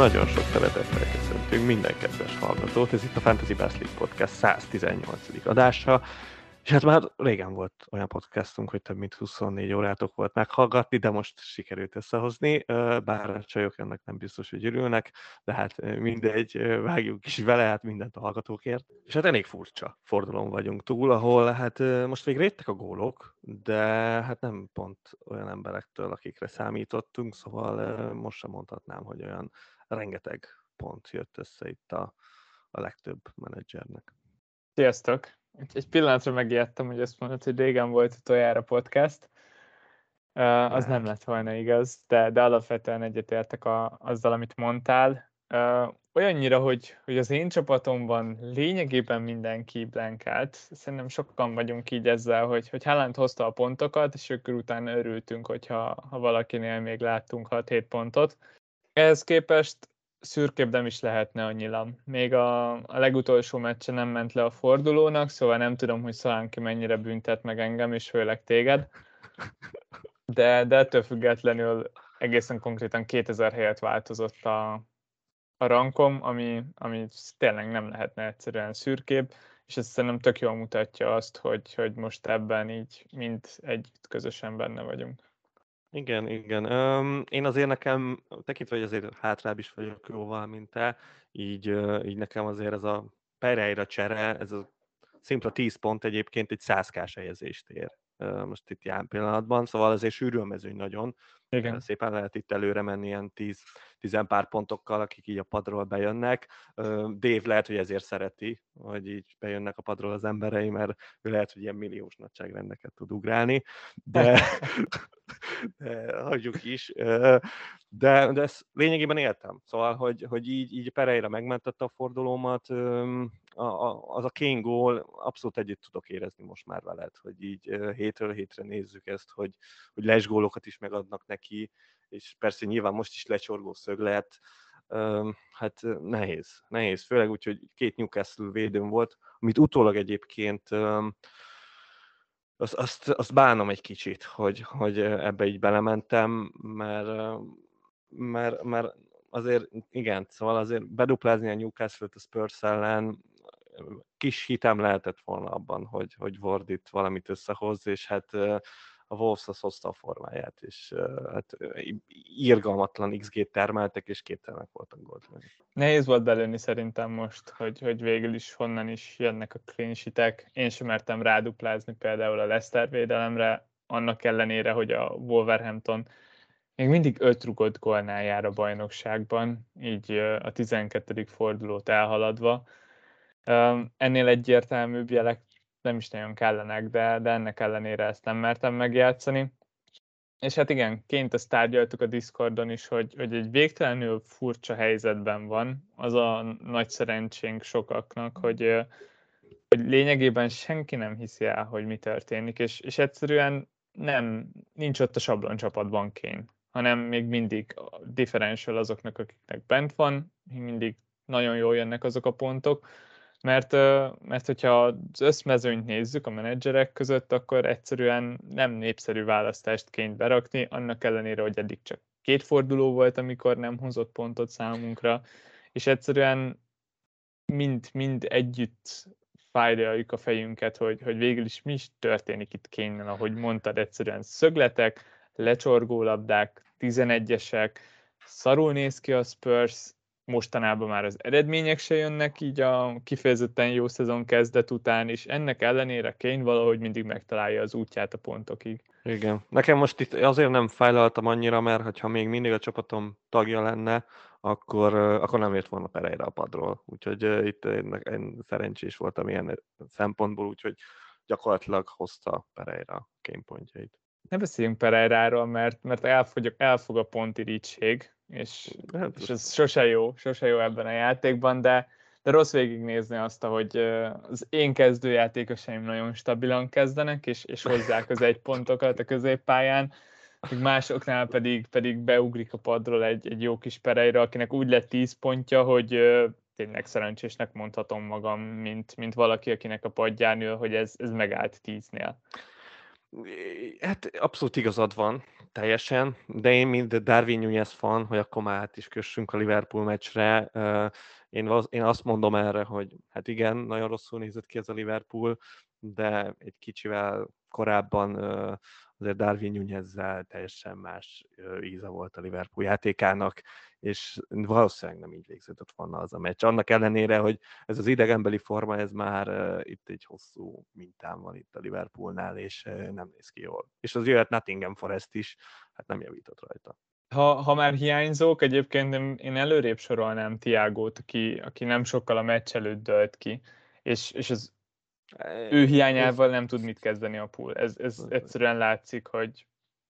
nagyon sok szeretettel köszöntünk minden kedves hallgatót. Ez itt a Fantasy Best League Podcast 118. adása. És hát már régen volt olyan podcastunk, hogy több mint 24 órátok volt meghallgatni, de most sikerült összehozni, bár a csajok ennek nem biztos, hogy örülnek, de hát mindegy, vágjuk is vele, hát mindent a hallgatókért. És hát elég furcsa fordulón vagyunk túl, ahol hát most végre jöttek a gólok, de hát nem pont olyan emberektől, akikre számítottunk, szóval most sem mondhatnám, hogy olyan rengeteg pont jött össze itt a legtöbb menedzsernek. Sziasztok! Egy pillanatra megijedtem, hogy azt mondod, hogy régen volt utoljára podcast. Az nem lett volna igaz, de alapvetően egyetértek azzal, amit mondtál. Olyannyira, hogy az én csapatomban lényegében mindenki blankált. Szerintem sokan vagyunk így ezzel, hogy Haaland hozta a pontokat, és akkor utána örültünk, hogyha valakinél még láttunk 6-7 pontot. Ehhez képest szürkébb nem is lehetne annyira. Még a legutolsó meccsen nem ment le a fordulónak, szóval nem tudom, hogy Szalánki mennyire büntet meg engem, és főleg téged. De ettől függetlenül egészen konkrétan 2000 helyet változott a rankom, ami tényleg nem lehetne egyszerűen szürkébb, és ez szerintem tök jól mutatja azt, hogy most ebben így mind együtt közösen benne vagyunk. Igen. Én azért nekem, tekintve, hogy azért hátrább is vagyok jóval, mint te, így nekem azért ez a Pereira csere, ez a szimpla 10 pont egyébként egy 100-kás helyezést ér most itt jelen pillanatban, szóval azért sűrű a mezőny nagyon. Igen. Szépen lehet itt előre menni ilyen 10 pár pontokkal, akik így a padról bejönnek. Dave lehet, hogy ezért szereti, hogy így bejönnek a padról az emberei, mert ő lehet, hogy ilyen milliós nagyságrendeket tud ugrálni, de hagyjuk is. De ezt lényegében éltem. Szóval, hogy így Pereira megmentette a fordulómat, az a Kane gól, abszolút együtt tudok érezni most már veled, hogy így hétről hétre nézzük ezt, hogy lesgólokat is megadnak neki, és persze nyilván most is lecsorgó szöglet, hát nehéz, főleg úgy, hogy 2 Newcastle védőm volt, amit utólag egyébként azt bánom egy kicsit, hogy ebbe így belementem, mert azért igen, szóval azért beduplázni a Newcastle-t a Spurs ellen kis hitem lehetett volna abban, hogy Ward itt valamit összehoz, és hát a Wolves az hozta a formáját, és hát irgalmatlan XG-t termeltek, és képtelenek voltak gólt lenni. Nehéz volt belőni szerintem most, hogy végül is honnan is jönnek a clean sheet-ek. Én sem mertem ráduplázni például a Leicester védelemre, annak ellenére, hogy a Wolverhampton még mindig 5 rugott gólnál jár a bajnokságban, így a 12. fordulót elhaladva. Ennél egyértelműbb jelek nem is nagyon kellenek, de ennek ellenére ezt nem mertem megjátszani. És hát igen, Kane-t ezt tárgyaltuk a Discordon is, hogy egy végtelenül furcsa helyzetben van. Az a nagy szerencsénk sokaknak, hogy lényegében senki nem hiszi el, hogy mi történik, és egyszerűen nincs ott a sablon csapatban Kane, hanem még mindig differential azoknak, akiknek bent van, még mindig nagyon jól jönnek azok a pontok, mert hogyha az összmezőnyt nézzük a menedzserek között, akkor egyszerűen nem népszerű választást Kane berakni, annak ellenére, hogy eddig csak 2 forduló volt, amikor nem hozott pontot számunkra, és egyszerűen mind együtt fájljuk a fejünket, hogy végül is mi is történik itt Kane-nel, ahogy mondtad, egyszerűen szögletek, lecsorgó labdák, 11-esek, szarul néz ki a Spurs, mostanában már az eredmények se jönnek így a kifejezetten jó szezon kezdet után, és ennek ellenére Kane valahogy mindig megtalálja az útját a pontokig. Igen. Nekem most itt azért nem fájlaltam annyira, mert ha még mindig a csapatom tagja lenne, akkor nem jött volna Pereira a padról. Úgyhogy itt én szerencsés voltam ilyen szempontból, úgyhogy gyakorlatilag hozta Pereira a Kane pontjait. Ne beszéljünk Pereiráról, mert elfog a pontirítség, és ez sose jó ebben a játékban, de rossz végignézni azt, hogy az én kezdőjátékosaim nagyon stabilan kezdenek, és hozzák az 1 pontokat a középpályán, míg másoknál pedig beugrik a padról egy jó kis Pereira, akinek úgy lett 10 pontja, hogy tényleg szerencsésnek mondhatom magam, mint valaki, akinek a padján ül, hogy ez megállt 10-nél. Hát abszolút igazad van, teljesen, de én, mint Darwin Núñez fan, hogy akkor már át is kössünk a Liverpool meccsre, én azt mondom erre, hogy hát igen, nagyon rosszul nézett ki ez a Liverpool, de egy kicsivel korábban azért Darwin Núñezzel teljesen más íze volt a Liverpool játékának, és valószínűleg nem így végződött volna az a meccs. Annak ellenére, hogy ez az idegenbeli forma, ez már itt egy hosszú mintán van itt a Liverpoolnál, és nem néz ki jól. És az jöhet Nottingham Forest is, hát nem javított rajta. Ha már hiányzók, egyébként én előrébb sorolnám Thiagót, aki nem sokkal a meccs előtt dölt ki, és az ő hiányával nem tud mit kezdeni a Pool. Ez egyszerűen látszik, hogy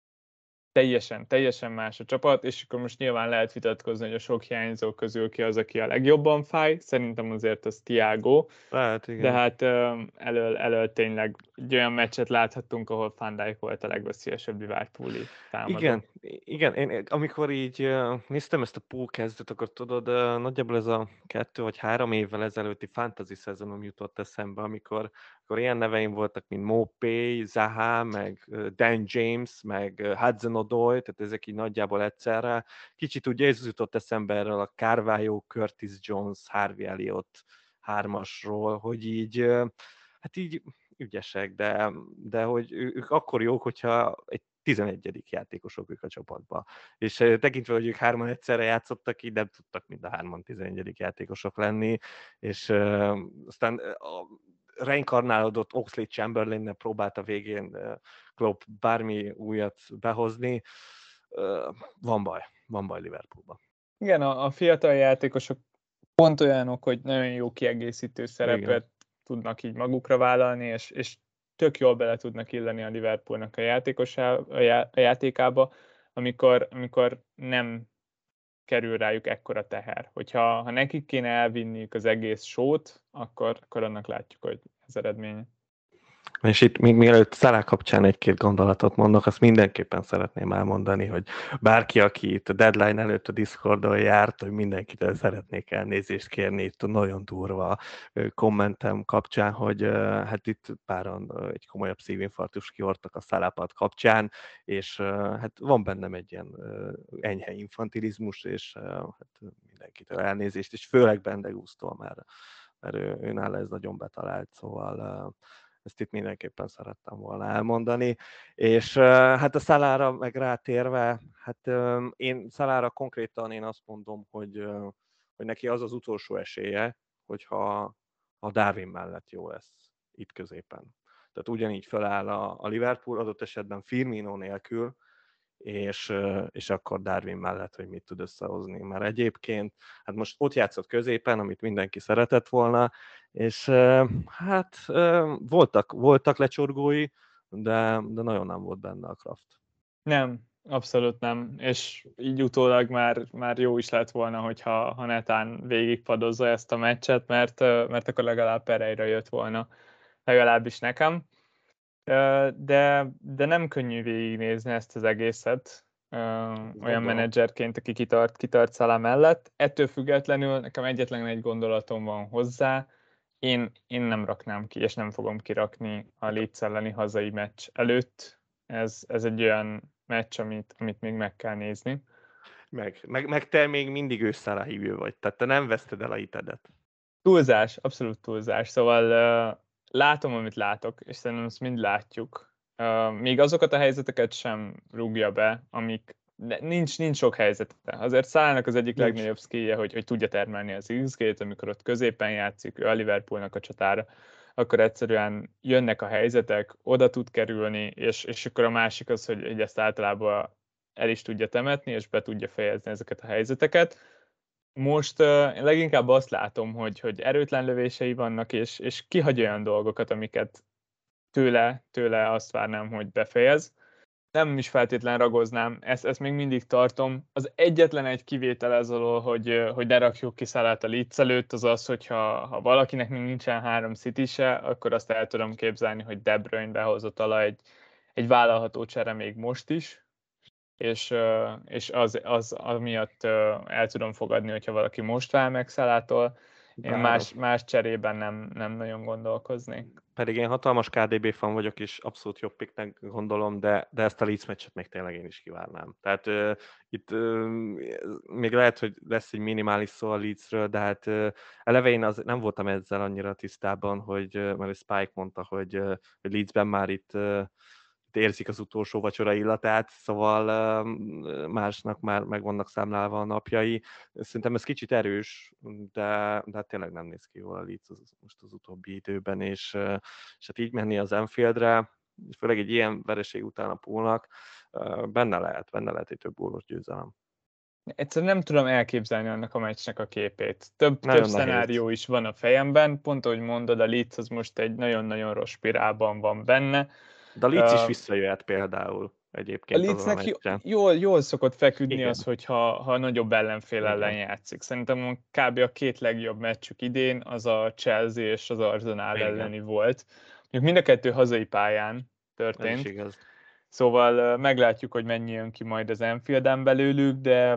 teljesen más a csapat, és akkor most nyilván lehet vitatkozni, hogy a sok hiányzó közül ki az, aki a legjobban fáj. Szerintem azért az Thiago. Lehet, igen. De hát elől tényleg egy olyan meccset láthattunk, ahol Van Dijk volt a legveszélyesebb Liverpooli támadó. Igen, én amikor így néztem ezt a Pool kezdet, akkor tudod, nagyjából ez a 2 vagy 3 évvel ezelőtti fantasy szezonom jutott eszembe, amikor ilyen neveim voltak, mint Maupay, Zaha, meg Dan James, meg Hudson-Odoi, tehát ezek így nagyjából egyszerre. Kicsit ugye ez jutott eszembe erről a Carvalho, Curtis Jones, Harvey Elliott 3-asról, hogy így, hát így ügyesek, de hogy ők akkor jók, hogyha egy 11. játékosok ők a csapatban. És tekintve, hogy ők 3-an egyszerre játszottak, így nem tudtak mind a 3-an 11. játékosok lenni, és aztán a reinkarnálódott Oxlade Chamberlain-nel próbált a végén Klopp bármi újat behozni. Van baj Liverpoolban. Igen, a fiatal játékosok pont olyanok, hogy nagyon jó kiegészítő szerepet tudnak így magukra vállalni, és tök jól bele tudnak illeni a Liverpoolnak a játékába, amikor nem kerül rájuk ekkora teher. Hogyha nekik kéne elvinniük az egész sót, akkor annak látjuk, hogy ez eredménye. És itt még mielőtt Salah kapcsán egy-két gondolatot mondok, azt mindenképpen szeretném elmondani, hogy bárki, aki itt a deadline előtt a Discordon járt, hogy mindenkitől szeretnék elnézést kérni, itt nagyon durva kommentem kapcsán, hogy hát itt páran egy komolyabb szívinfarktus kiortak a Salah-pad kapcsán, és hát van bennem egy ilyen enyhe infantilizmus, és hát mindenkitől elnézést, és főleg Bendegúztól, mert ő nála ez nagyon betalált, szóval ezt itt mindenképpen szerettem volna elmondani. És hát a Salahra meg rátérve, hát én Salahra konkrétan én azt mondom, hogy neki az az utolsó esélye, hogyha a Darwin mellett jó lesz itt középen. Tehát ugyanígy feláll a Liverpool, adott esetben Firmino nélkül, és akkor Darwin mellett, hogy mit tud összehozni. Mert egyébként, hát most ott játszott középen, amit mindenki szeretett volna, és hát voltak lecsorgói, de nagyon nem volt benne a Kraft. Nem, abszolút nem, és így utólag már jó is lett volna, hogyha netán végigpadozza ezt a meccset, mert akkor legalább Pereira jött volna, legalábbis nekem. De nem könnyű végignézni ezt az egészet olyan menedzserként, aki kitart Salah mellett. Ettől függetlenül nekem egyetlen egy gondolatom van hozzá, én nem raknám ki, és nem fogom kirakni a Leeds elleni hazai meccs előtt. Ez egy olyan meccs, amit még meg kell nézni. Meg te még mindig ősszel hívő vagy, tehát te nem veszted el a hitedet. Túlzás, abszolút túlzás. Szóval látom, amit látok, és szerintem ezt mind látjuk. Még azokat a helyzeteket sem rúgja be, amik nincs sok helyzete. Azért Salahnak az egyik legnagyobb skillje, hogy tudja termelni az XG-t, amikor ott középen játszik, ő a Liverpoolnak a csatára, akkor egyszerűen jönnek a helyzetek, oda tud kerülni, és akkor a másik az, hogy ezt általában el is tudja temetni, és be tudja fejezni ezeket a helyzeteket. Most én leginkább azt látom, hogy erőtlen lövései vannak, és kihagy olyan dolgokat, amiket tőle azt várnám, hogy befejez. Nem is feltétlen ragoznám, ezt még mindig tartom. Az egyetlen egy kivétel ez alól, hogy ne rakjuk ki Salahot a Leeds előtt, az az, hogyha valakinek még nincsen 3 City-se, akkor azt el tudom képzelni, hogy De Bruyne behozott alá egy vállalható csere még most is, és az amiatt el tudom fogadni, hogyha valaki most vál meg Salahtól, Én más cserében nem nagyon gondolkoznék. Pedig én hatalmas KDB fan vagyok, és abszolút jobb picknek gondolom, de ezt a Leeds meccset még tényleg én is kivárnám. Tehát itt még lehet, hogy lesz egy minimális szó a Leedsről, de hát eleve én nem voltam ezzel annyira tisztában, hogy mert Spike mondta, hogy Leedsben már itt érzik az utolsó vacsora illatát, szóval másnak már meg vannak számlálva a napjai. Szerintem ez kicsit erős, de hát tényleg nem néz ki jól a Leeds most az utóbbi időben, és hát így menni az Anfieldre, főleg egy ilyen vereség után a Poolnak, benne lehet egy több gólos győzelem. Egyszerűen nem tudom elképzelni annak a meccsnek a képét. Több szenárió is van a fejemben, pont ahogy mondod, a Leeds az most egy nagyon-nagyon rossz spirálban van benne. De a Leeds is visszajöhet például egyébként. A Leedsnek jól szokott feküdni. Igen. Az, hogyha nagyobb ellenfél ellen játszik. Szerintem kb. A két legjobb meccsük idén az a Chelsea és az Arsenal elleni volt. Mind a kettő hazai pályán történt. Szóval meglátjuk, hogy mennyi jön ki majd az Anfielden belőlük,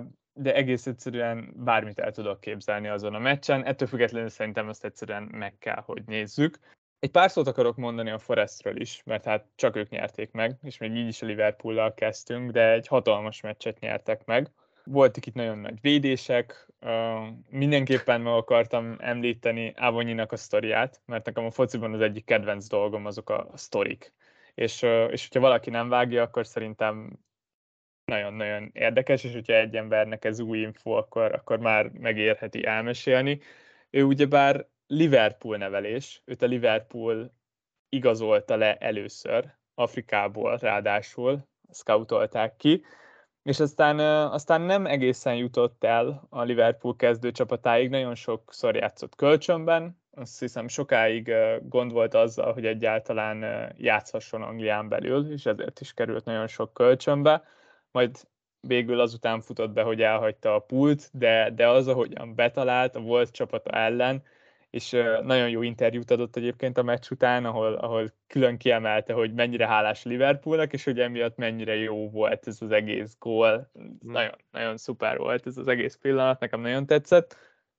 de egész egyszerűen bármit el tudok képzelni azon a meccsen. Ettől függetlenül szerintem azt egyszerűen meg kell, hogy nézzük. Egy pár szót akarok mondani a Forestről is, mert hát csak ők nyerték meg, és még így is a Liverpoollal kezdtünk, de egy hatalmas meccset nyertek meg. Voltak itt nagyon nagy védések, mindenképpen meg akartam említeni Avonyinak a sztoriát, mert nekem a fociban az egyik kedvenc dolgom azok a sztorik. És hogyha valaki nem vágja, akkor szerintem nagyon-nagyon érdekes, és hogyha egy embernek ez új info, akkor már megérheti elmesélni. Ő ugyebár Liverpool nevelés, őt a Liverpool igazolta le először, Afrikából ráadásul, scoutolták ki, és aztán nem egészen jutott el a Liverpool kezdőcsapatáig, nagyon sokszor játszott kölcsönben, azt hiszem sokáig gond volt azzal, hogy egyáltalán játszhasson Anglián belül, és ezért is került nagyon sok kölcsönbe, majd végül azután futott be, hogy elhagyta a Poolt, de az, ahogyan betalált a volt csapata ellen, és nagyon jó interjút adott egyébként a meccs után, ahol külön kiemelte, hogy mennyire hálás Liverpoolnak, és hogy emiatt mennyire jó volt ez az egész gól. Nagyon, nagyon szuper volt ez az egész pillanat, nekem nagyon tetszett.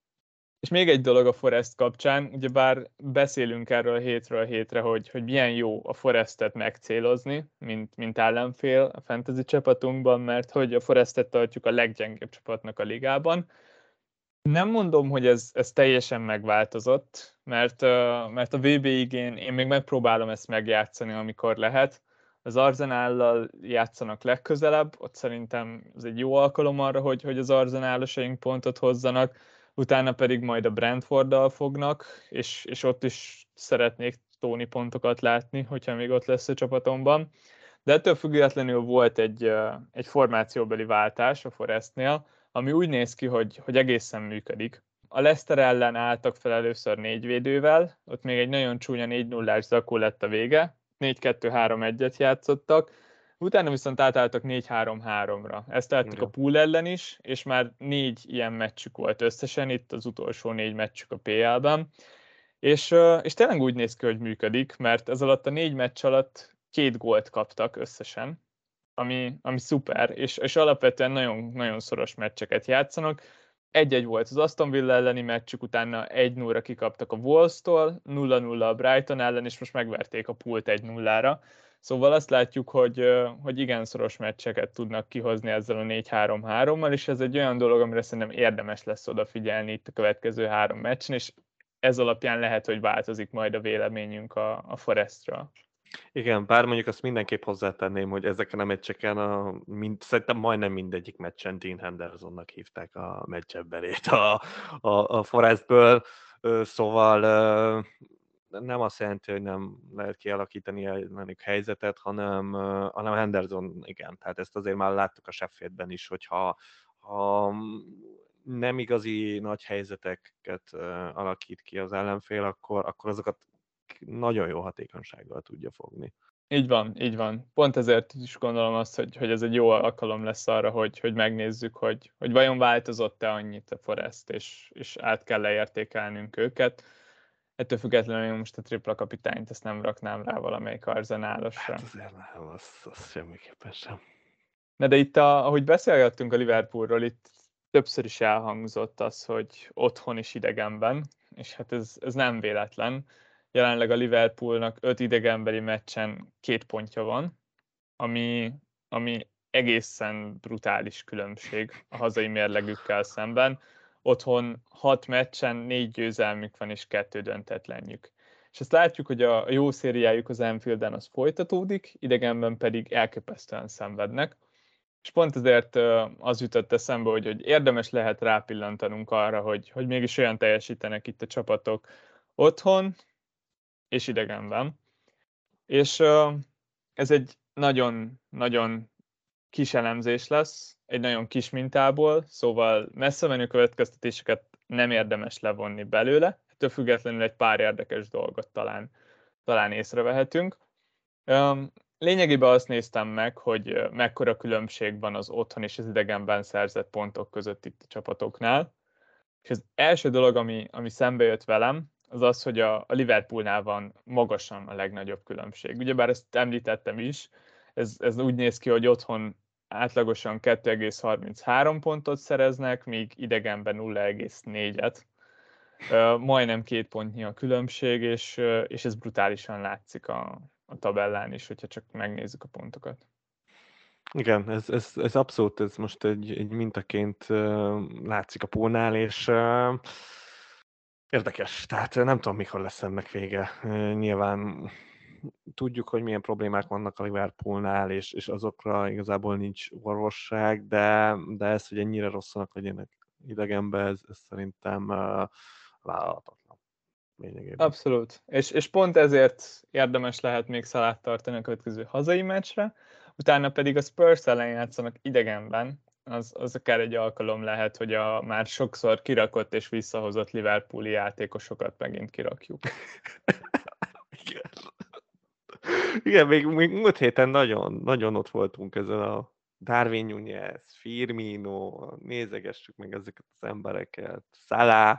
És még egy dolog a Forest kapcsán, ugyebár beszélünk erről hétről hétre, hogy milyen jó a Forestet megcélozni, mint ellenfél a fantasy csapatunkban, mert hogy a Forestet tartjuk a leggyengébb csapatnak a ligában. Nem mondom, hogy ez teljesen megváltozott, mert a VB-ig én még megpróbálom ezt megjátszani, amikor lehet. Az Arsenállal játszanak legközelebb, ott szerintem ez egy jó alkalom arra, hogy az arzenálosaink pontot hozzanak, utána pedig majd a Brentforddal fognak, és ott is szeretnék Tóni pontokat látni, hogyha még ott lesz a csapatomban. De ettől függetlenül volt egy formációbeli váltás a Forestnél, ami úgy néz ki, hogy egészen működik. A Leicester ellen álltak fel először 4 védővel, ott még egy nagyon csúnya 4-0-ás zakó lett a vége, 4-2-3-1-et játszottak, utána viszont átálltak 4-3-3-ra. Ezt láttuk a Pool ellen is, és már 4 ilyen meccsük volt összesen, itt az utolsó 4 meccsük a PL-ben. És tényleg úgy néz ki, hogy működik, mert ez alatt a 4 meccs alatt 2 gólt kaptak összesen, ami szuper, és alapvetően nagyon, nagyon szoros meccseket játszanak. 1-1 volt az Aston Villa elleni meccsük, utána 1-0-ra kikaptak a Wolves-tól, 0-0 a Brighton ellen, és most megverték a Poolt 1-0-ra. Szóval azt látjuk, hogy igen szoros meccseket tudnak kihozni ezzel a 4-3-3-mal, és ez egy olyan dolog, amire szerintem érdemes lesz odafigyelni itt a következő 3 meccsen, és ez alapján lehet, hogy változik majd a véleményünk a Forestről. Igen, bár mondjuk azt mindenképp hozzátenném, hogy ezeken a meccseken szerintem majdnem mindegyik meccsen Dean Hendersonnak hívták a meccsebberét a Forestből, szóval nem azt jelenti, hogy nem lehet kialakítani egy helyzetet, hanem Henderson, igen, tehát ezt azért már láttuk a Sheffieldben is, hogyha nem igazi nagy helyzeteket alakít ki az ellenfél, akkor azokat nagyon jó hatékonysággal tudja fogni. Így van. Pont ezért is gondolom azt, hogy ez egy jó alkalom lesz arra, hogy megnézzük, hogy vajon változott-e annyit a Forest, és át kell leértékelnünk őket. Ettől függetlenül most a tripla kapitányt ezt nem raknám rá valamelyik arzenálosra. Hát azért nem, az semmiképpen sem. De itt, ahogy beszélgettünk a Liverpoolról, itt többször is elhangzott az, hogy otthon is idegenben, és hát ez nem véletlen. Jelenleg a Liverpoolnak 5 idegenbeli meccsen 2 pontja van, ami egészen brutális különbség a hazai mérlegükkel szemben. Otthon 6 meccsen 4 győzelmük van és 2 döntetlenjük. És azt látjuk, hogy a jó szériájuk az Anfielden az folytatódik, idegenben pedig elképesztően szenvednek. És pont ezért az jutott eszembe, hogy érdemes lehet rápillantanunk arra, hogy mégis olyan teljesítenek itt a csapatok otthon és idegenben. És ez egy nagyon-nagyon kis elemzés lesz, egy nagyon kis mintából, szóval messze menő következtetéseket nem érdemes levonni belőle, ettől függetlenül egy pár érdekes dolgot talán észrevehetünk. Lényegében azt néztem meg, hogy mekkora különbség van az otthon és az idegenben szerzett pontok között itt a csapatoknál. És az első dolog, ami szembe jött velem, az az, hogy a Liverpoolnál van magasan a legnagyobb különbség. Ugyebár ezt említettem is, ez úgy néz ki, hogy otthon átlagosan 2,33 pontot szereznek, míg idegenben 0,4-et. Majdnem 2 pontnyi a különbség, és ez brutálisan látszik a tabellán is, hogyha csak megnézzük a pontokat. Igen, ez abszolút, ez most egy mintaként látszik a Poolnál, és érdekes. Tehát nem tudom, mikor lesz ennek vége. Nyilván tudjuk, hogy milyen problémák vannak a Liverpoolnál, és azokra igazából nincs orvosság, de ez, hogy ennyire rosszanak legyenek idegenben, ez szerintem vállalhatatlan lényegében. Abszolút. És pont ezért érdemes lehet még Salát tartani a következő hazai meccsre, utána pedig a Spurs ellen játszanak idegenben, az akár egy alkalom lehet, hogy a már sokszor kirakott és visszahozott Liverpooli játékosokat megint kirakjuk. Igen. Igen, még múlt héten nagyon ott voltunk ezen a Darwin Núñez, Firmino, nézegessük meg ezeket az embereket, Salah,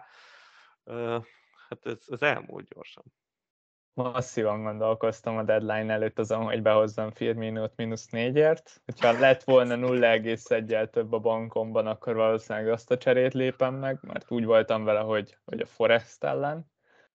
hát ez elmúlt gyorsan. Masszívan gondolkoztam a deadline előtt azon, hogy behozzam Firminót -4-ért. Hogyha lett volna 0,1-jel több a bankomban, akkor valószínűleg azt a cserét lépem meg, mert úgy voltam vele, hogy a Forest ellen.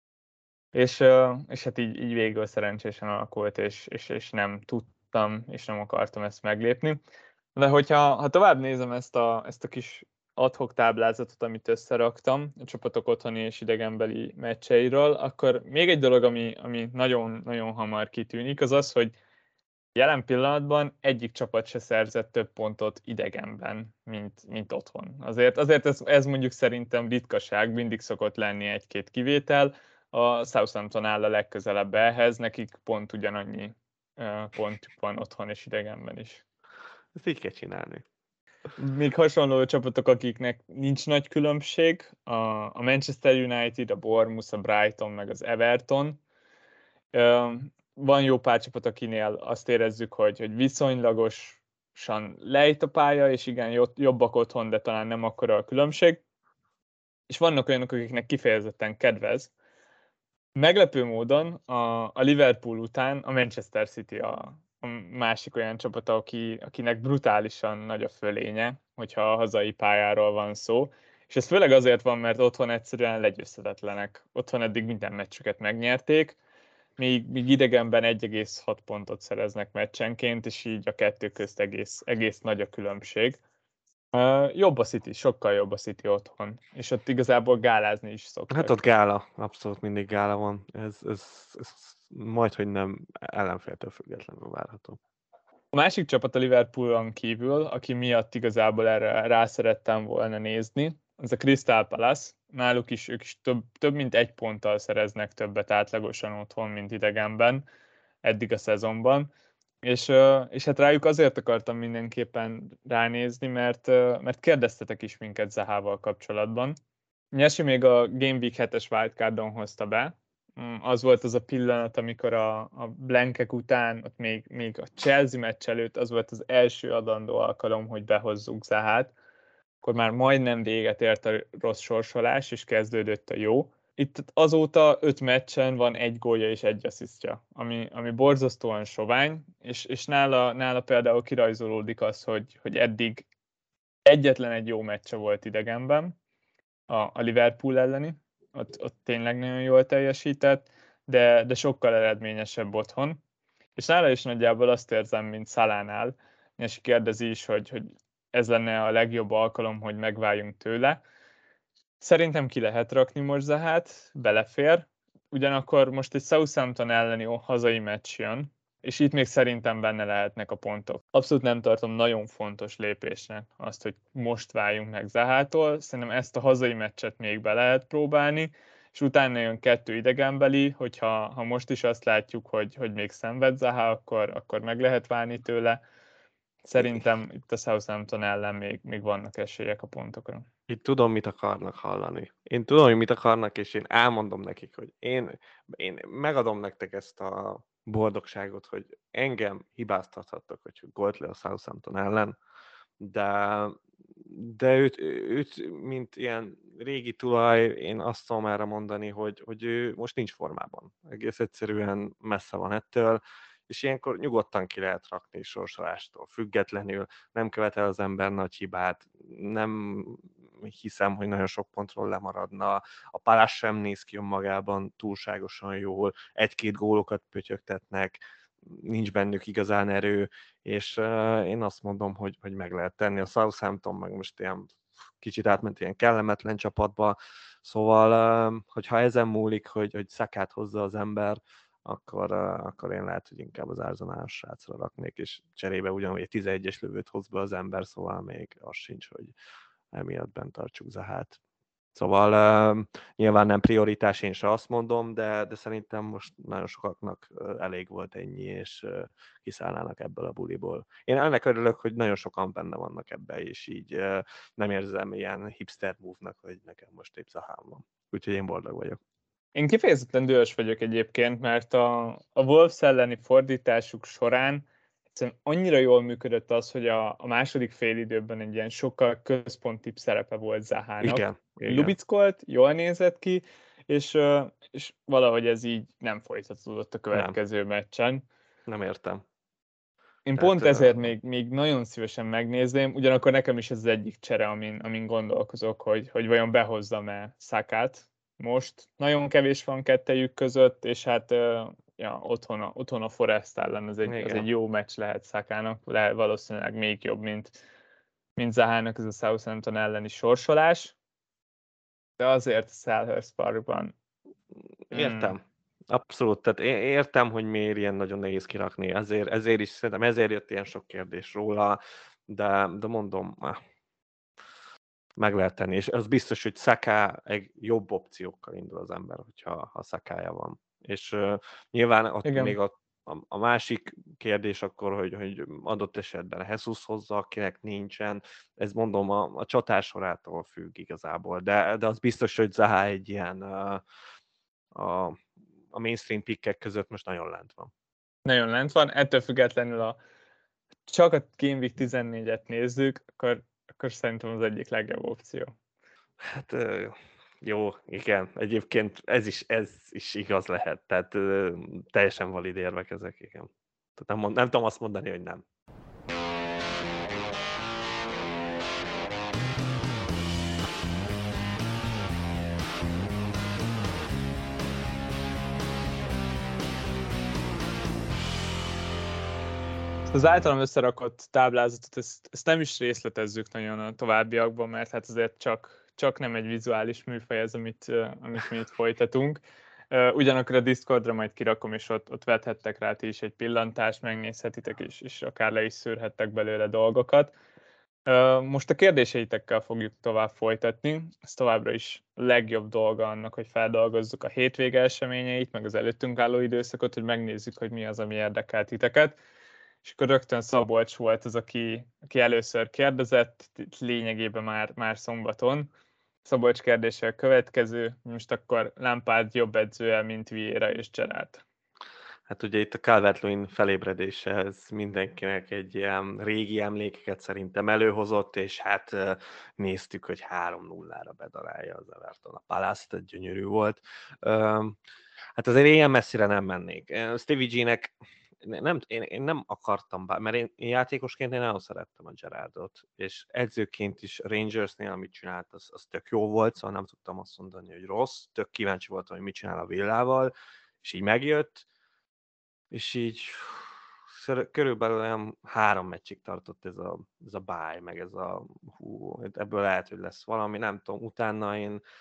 És hát így végül szerencsésen alakult, és nem tudtam, és nem akartam ezt meglépni. De hogyha tovább nézem ezt a kis ad-hoc táblázatot, amit összeraktam a csapatok otthoni és idegenbeli meccseiről, akkor még egy dolog, ami nagyon nagyon kitűnik, az az, hogy jelen pillanatban egyik csapat se szerzett több pontot idegenben, mint otthon. Azért ez mondjuk szerintem ritkaság, mindig szokott lenni egy-két kivétel. A Southampton áll a legközelebb ehhez, nekik pont ugyanannyi pontjuk van otthon és idegenben is. Ezt így kell csinálni. Még hasonló csapatok, akiknek nincs nagy különbség, a Manchester United, a Bournemouth, a Brighton, meg az Everton. Van jó pár csapat, akinél azt érezzük, hogy viszonylagosan lejt a pálya, és igen, jobbak otthon, de talán nem akkora a különbség. És vannak olyanok, akiknek kifejezetten kedvez. Meglepő módon a Liverpool után a Manchester City a másik olyan csapat, akinek brutálisan nagy a fölénye, hogyha a hazai pályáról van szó. És ez főleg azért van, mert otthon egyszerűen legyőzhetetlenek. Otthon eddig minden meccsüket megnyerték, még idegenben 1,6 pontot szereznek meccsenként, és így a kettő közt egész nagy a különbség. Jobb a City, sokkal jobb a City otthon, és ott igazából gálázni is szoktak. Hát ott gála, abszolút mindig gála van. Ez majdhogy nem ellenféltől függetlenül várható. A másik csapat a Liverpoolon kívül, aki miatt igazából erre rá szerettem volna nézni, az a Crystal Palace. Náluk is ők is több mint 1 ponttal szereznek többet átlagosan otthon, mint idegenben eddig a szezonban. És hát rájuk azért akartam mindenképpen ránézni, mert kérdeztetek is minket Zahával kapcsolatban. Nyesi még a Game Week 7-es wildcardon hozta be. Az volt az a pillanat, amikor a blankek után, ott még a Chelsea meccs előtt az volt az első adandó alkalom, hogy behozzuk Zahát. Akkor már majdnem véget ért a rossz sorsolás, és kezdődött a jó. Itt azóta 5 meccsen van 1 gólja és 1 asszisztja, ami borzasztóan sovány, és nála például kirajzolódik az, hogy eddig Egyetlen egy jó meccse volt idegenben, a Liverpool elleni, ott tényleg nagyon jól teljesített, de sokkal eredményesebb otthon. És nála is nagyjából azt érzem, mint Salánál, és kérdezi is, hogy ez lenne a legjobb alkalom, hogy megváljunk tőle. Szerintem ki lehet rakni most Zahát, belefér, ugyanakkor most egy Southampton elleni hazai meccs jön, és itt még szerintem benne lehetnek a pontok. Abszolút nem tartom nagyon fontos lépésnek azt, hogy most váljunk meg Zahától. Szerintem ezt a hazai meccset még be lehet próbálni, és utána jön 2 idegenbeli, hogyha most is azt látjuk, hogy még szenved Zaha, akkor meg lehet válni tőle. Szerintem itt a Southampton ellen még vannak esélyek a pontokra. Én tudom, mit akarnak hallani. Én tudom, hogy mit akarnak, és én elmondom nekik, hogy én megadom nektek ezt a boldogságot, hogy engem hibáztathattak, hogy gólt le a Southampton ellen, de őt, mint ilyen régi tulaj, én azt tudom erre mondani, hogy ő most nincs formában. Egész egyszerűen messze van ettől, és ilyenkor nyugodtan ki lehet rakni sorsolástól függetlenül, nem követel az ember nagy hibát, nem hiszem, hogy nagyon sok pontról lemaradna, a Palace sem néz ki önmagában túlságosan jól, 1-2 gólokat pötyögtetnek, nincs bennük igazán erő, és én azt mondom, hogy meg lehet tenni. A Southampton meg most ilyen kicsit átment ilyen kellemetlen csapatba, szóval hogyha ezen múlik, hogy Sakát hozza az ember, akkor én lehet, hogy inkább az Arsenal-os srácra raknék, és cserébe ugyanúgy egy 11-es lövőt hoz be az ember, szóval még az sincs, hogy emiatt bent tartsuk Zahát. Szóval nyilván nem prioritás, én se azt mondom, de szerintem most nagyon sokaknak elég volt ennyi, és kiszállnának ebből a buliból. Én ennek örülök, hogy nagyon sokan benne vannak ebbe, és így nem érzem ilyen hipster move-nak, hogy nekem most épp Zahám van. Úgyhogy én boldog vagyok. Én kifejezetten dühös vagyok egyébként, mert a Wolves elleni fordításuk során egyszerűen annyira jól működött az, hogy a második félidőben egy ilyen sokkal központibb szerepe volt Zahának. Igen. Lubickolt, jól nézett ki, és valahogy ez így nem folytatódott a következő meccsen. Nem értem. Én pont ezért még nagyon szívesen megnézném, ugyanakkor nekem is ez az egyik csere, amin gondolkozok, hogy vajon behozzam-e Sakát most. Nagyon kevés van kettejük között, és hát otthon a Forest ellen az egy jó meccs lehet Sakának, lehet valószínűleg még jobb, mint Zahának ez a Southampton elleni sorsolás. De azért Selhurst Parkban. Értem. Abszolút, tehát értem, hogy miért ilyen nagyon nehéz kirakni, ezért is szerintem ezért jött ilyen sok kérdés róla, de mondom, meg lehet tenni, és az biztos, hogy Saka egy jobb opciókkal indul az ember, ha Sakája van. És nyilván ott még a másik kérdés akkor, hogy adott esetben Jesus hozza, akinek nincsen, ez mondom a csatár sorától függ igazából, de az biztos, hogy Zaha egy ilyen a mainstream pickek között most nagyon lent van. Nagyon lent van, ettől függetlenül csak a Game Week 14-et nézzük, akkor szerintem az egyik legjobb opció. Hát jó, igen, egyébként ez is igaz lehet, tehát teljesen valid érvek ezek, igen. Tehát nem tudom azt mondani, hogy nem. Az általam összerakott táblázatot, ezt nem is részletezzük nagyon a továbbiakban, mert hát azért csak nem egy vizuális műfaj ez, amit mi itt folytatunk. Ugyanakkor a Discordra majd kirakom, és ott vethettek rá ti is egy pillantást, megnézhetitek is, és akár le is szűrhettek belőle dolgokat. Most a kérdéseitekkel fogjuk tovább folytatni. Ez továbbra is a legjobb dolga annak, hogy feldolgozzuk a hétvége eseményeit, meg az előttünk álló időszakot, hogy megnézzük, hogy mi az, ami érdekel titeket. És akkor rögtön Szabolcs volt az, aki először kérdezett, lényegében már szombaton. Szabolcs kérdése a következő, most akkor Lampard jobb edzője, mint Vieira és Gerrard. Hát ugye itt a Calvert-Lewin felébredése, ez mindenkinek egy ilyen régi emlékeket szerintem előhozott, és hát néztük, hogy 3-0-ra bedarálja az Everton a Palace, tehát gyönyörű volt. Hát azért ilyen messzire nem mennék. Stevie G-nek én nem akartam, mert én játékosként én nagyon szerettem a Gerrardot, és edzőként is Rangersnél, amit csinált, az tök jó volt, szóval nem tudtam azt mondani, hogy rossz, tök kíváncsi voltam, hogy mit csinál a Villával, és így megjött, és így körülbelül olyan 3 meccsig tartott ez a bye, meg ebből lehet, hogy lesz valami, nem tudom, utána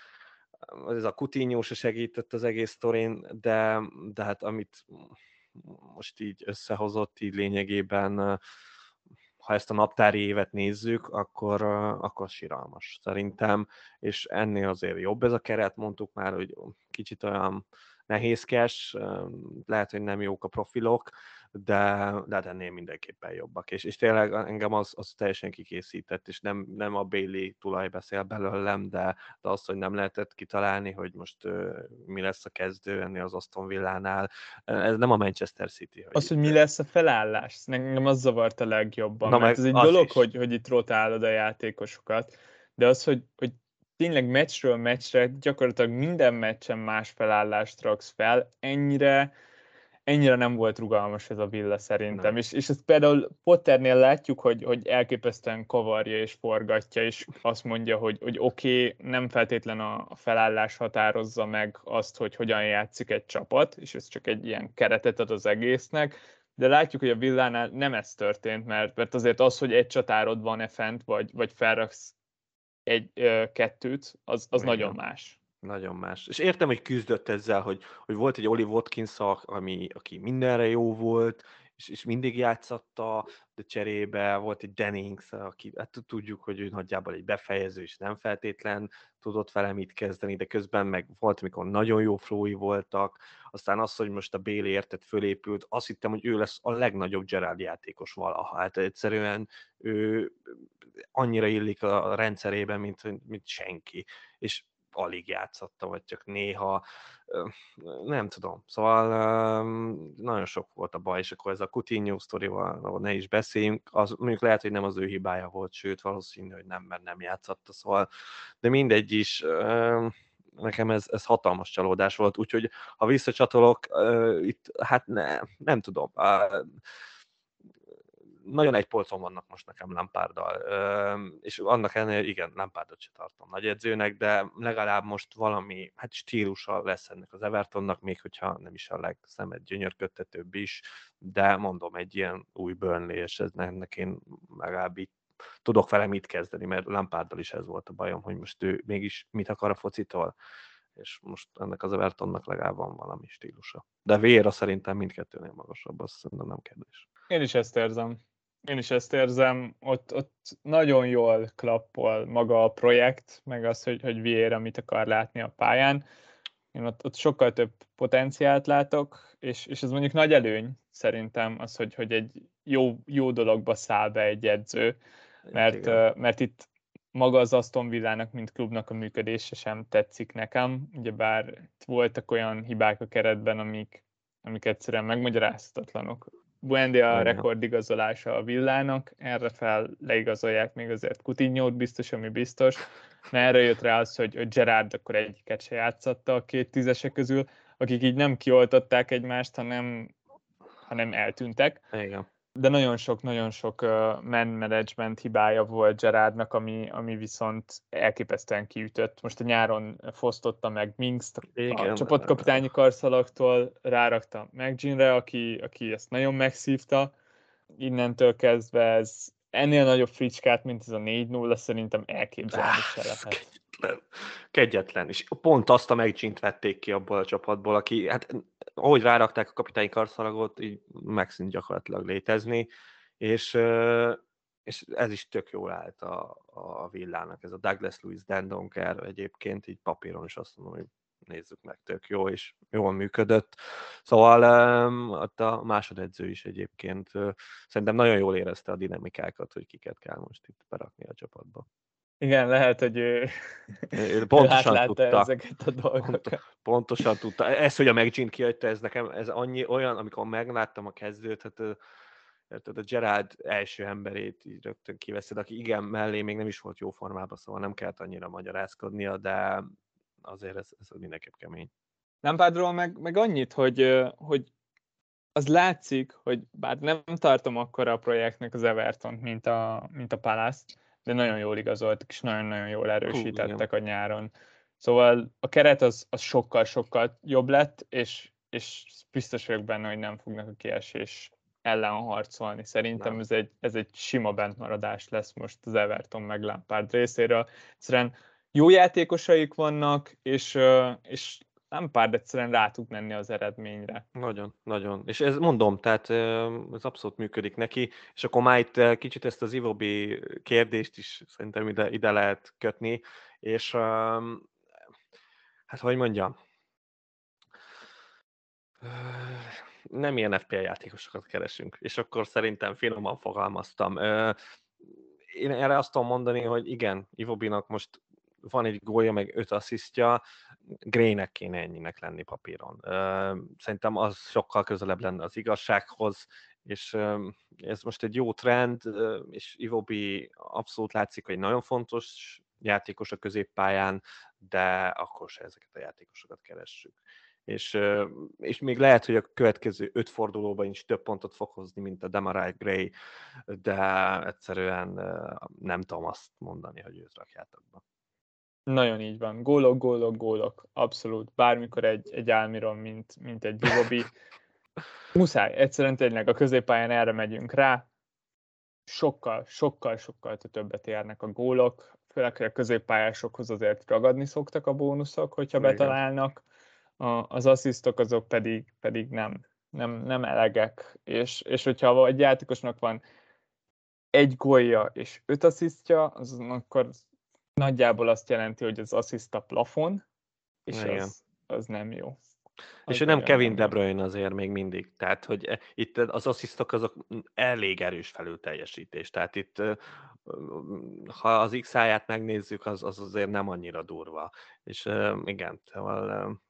ez a Coutinho se segített az egész sztorin, de hát amit most így összehozott, így lényegében, ha ezt a naptári évet nézzük, akkor siralmas szerintem, és ennél azért jobb ez a keret, mondtuk már, hogy kicsit olyan nehézkes, lehet, hogy nem jók a profilok, de hát ennél mindenképpen jobbak. És tényleg engem az teljesen kikészített, és nem a Bailey tulaj beszél belőlem, de az, hogy nem lehetett kitalálni, hogy most mi lesz a kezdő ennél az Aston Villánál. Ez nem a Manchester City. Az, hogy mi lesz a felállás, engem az zavart a legjobban, Na, mert meg ez egy az dolog, is. hogy itt rotálod a játékosokat, de az, hogy tényleg meccsről meccsre gyakorlatilag minden meccsen más felállást raksz fel, ennyire nem volt rugalmas ez a Villa szerintem. És ezt például Potternél látjuk, hogy elképesztően kavarja és forgatja, és azt mondja, hogy oké, nem feltétlen a felállás határozza meg azt, hogy hogyan játszik egy csapat, és ez csak egy ilyen keretet ad az egésznek, de látjuk, hogy a Villánál nem ez történt, mert azért az, hogy egy csatárod van-e fent, vagy felraksz kettőt, az nagyon más. Nagyon más. És értem, hogy küzdött ezzel, hogy volt egy Oli Watkins, aki mindenre jó volt, és mindig játszatta, de cserébe volt egy Dennings, aki hát tudjuk, hogy ő nagyjából egy befejező, és nem feltétlen tudott vele mit kezdeni, de közben meg volt, amikor nagyon jó flói voltak, aztán az, hogy most a Bailey érted fölépült, azt hittem, hogy ő lesz a legnagyobb Gerrard játékos valaha. Hát egyszerűen ő annyira illik a rendszerébe, mint senki. És alig játszotta, vagy csak néha, nem tudom. Szóval nagyon sok volt a baj, és akkor ez a Coutinho sztorival ne is beszéljünk, az mondjuk lehet, hogy nem az ő hibája volt, sőt valószínű, hogy nem, mert nem játszotta, szóval, de mindegy is, nekem ez hatalmas csalódás volt, úgyhogy ha visszacsatolok, itt hát nem tudom, nagyon egy polcon vannak most nekem Lamparddal, és annak ellenére, igen, Lampardot se tartom nagy edzőnek, de legalább most valami stílusa lesz ennek az Evertonnak, még hogyha nem is a legszemet gyönyörködtetőbb is, de mondom, egy ilyen új Burnley, és ennek én legalább így tudok vele mit kezdeni, mert Lamparddal is ez volt a bajom, hogy most ő mégis mit akar a focitól, és most ennek az Evertonnak legalább van valami stílusa. De Vieira szerintem mindkettőnél magasabb, azt szerintem nem kérdés. Én is ezt érzem, ott nagyon jól klappol maga a projekt, meg az, hogy Vieira mit akar látni a pályán. Én ott sokkal több potenciált látok, és ez mondjuk nagy előny szerintem az, hogy egy jó dologba száll be egy edző, mert itt maga az Aston Villának, mint klubnak a működése sem tetszik nekem, ugyebár voltak olyan hibák a keretben, amik egyszerűen megmagyarázhatatlanok. Buendia rekordigazolása a Villának, erre fel leigazolják még azért Coutinho-t biztos, ami biztos, mert erre jött rá az, hogy Gerrard akkor egyiket se játszatta a két tízesek közül, akik így nem kioltották egymást, hanem eltűntek. Igen. De nagyon sok man management hibája volt Gerrardnak, ami viszont elképesztően kiütött. Most a nyáron fosztotta meg Mingst a csapatkapitányi karszalagtól, rárakta McGinn-re, aki ezt nagyon megszívta. Innentől kezdve ez ennél nagyobb fricskát, mint ez a 4-0, szerintem elképzelni se lehet. Kegyetlen. És pont azt a McGinn-t vették ki abból a csapatból, aki, hát ahogy rárakták a kapitányi karszalagot, így megszűnt gyakorlatilag létezni, és ez is tök jól állt a Villának, ez a Douglas Luiz Dendoncker egyébként, így papíron is azt mondom, hogy nézzük meg, tök jó, és jól működött. Szóval ott a másodedző is egyébként szerintem nagyon jól érezte a dinamikákat, hogy kiket kell most itt berakni a csapatba. Igen, lehet, hogy ő pontosan tudta ezeket a dolgokat. Pontosan tudta. Ez, hogy a McGinn kihagyta, ez nekem ez annyi olyan, amikor megláttam a kezdőt, hát a Gerrard első emberét így rögtön kiveszed, aki igen, mellé még nem is volt jó formában, szóval nem kellett annyira magyarázkodnia, de azért ez mindenképp kemény. Lampardról meg annyit, hogy az látszik, hogy bár nem tartom akkora a projektnek az Evertont, mint a Palace, de nagyon jól igazoltak, és nagyon-nagyon jól erősítettek a nyáron. Szóval a keret az sokkal-sokkal jobb lett, és biztos vagyok benne, hogy nem fognak a kiesés ellen harcolni. Szerintem ez egy sima bentmaradás lesz most az Everton meg Lampard részéről. Egyszerűen jó játékosaik vannak, és Lampard egyszerűen rá tud menni az eredményre. Nagyon, nagyon. És ez mondom, tehát ez abszolút működik neki, és akkor már itt kicsit ezt az Iwobi kérdést is szerintem ide lehet kötni, és hát hogy mondjam, nem ilyen FPL játékosokat keresünk, és akkor szerintem finoman fogalmaztam. Én erre azt tudom mondani, hogy igen, Iwobinak most van egy gólja, meg 5 asszisztja, Graynek kéne ennyinek lenni papíron. Szerintem az sokkal közelebb lenne az igazsághoz, és ez most egy jó trend, és Iwobi abszolút látszik, hogy nagyon fontos játékos a középpályán, de akkor se ezeket a játékosokat keressük. És még lehet, hogy a következő 5 fordulóban is több pontot fog hozni, mint a Demarai Gray, de egyszerűen nem tudom azt mondani, hogy őt rakjátok be. Nagyon így van. Gólok. Abszolút. Bármikor egy Almiron, mint egy Iwobi. Muszáj. Egyszerűen tényleg a középpályán erre megyünk rá. Sokkal többet érnek a gólok. Főleg, hogy a középpályásokhoz azért ragadni szoktak a bónuszok, hogyha betalálnak. Az asszisztok azok pedig nem elegek. És hogyha egy játékosnak van egy gólja és 5 asszisztja, akkor nagyjából azt jelenti, hogy az assziszta plafon, és az nem jó. És nem Kevin De Bruyne azért még mindig. Tehát, hogy itt az asszisztok azok elég erős felülteljesítés. Tehát itt, ha az X-áját megnézzük, az azért nem annyira durva. És igen, szóval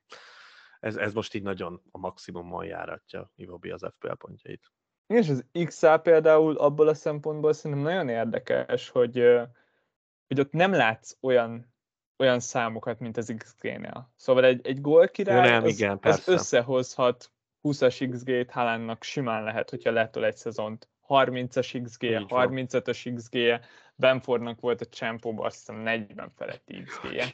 ez most így nagyon a maximumon járatja Iwobi az FPL pontjait. És az XA például abból a szempontból szerintem nagyon érdekes, hogy ott nem látsz olyan számokat, mint az XG-nél. Szóval egy gólkirály az összehozhat 20-as XG-t, Haalandnak simán lehet, hogyha letol egy szezont. 30-as XG-je, 35-ös XG-je, Bamfordnak volt a Champóban azt hiszem 40 feletti XG-je.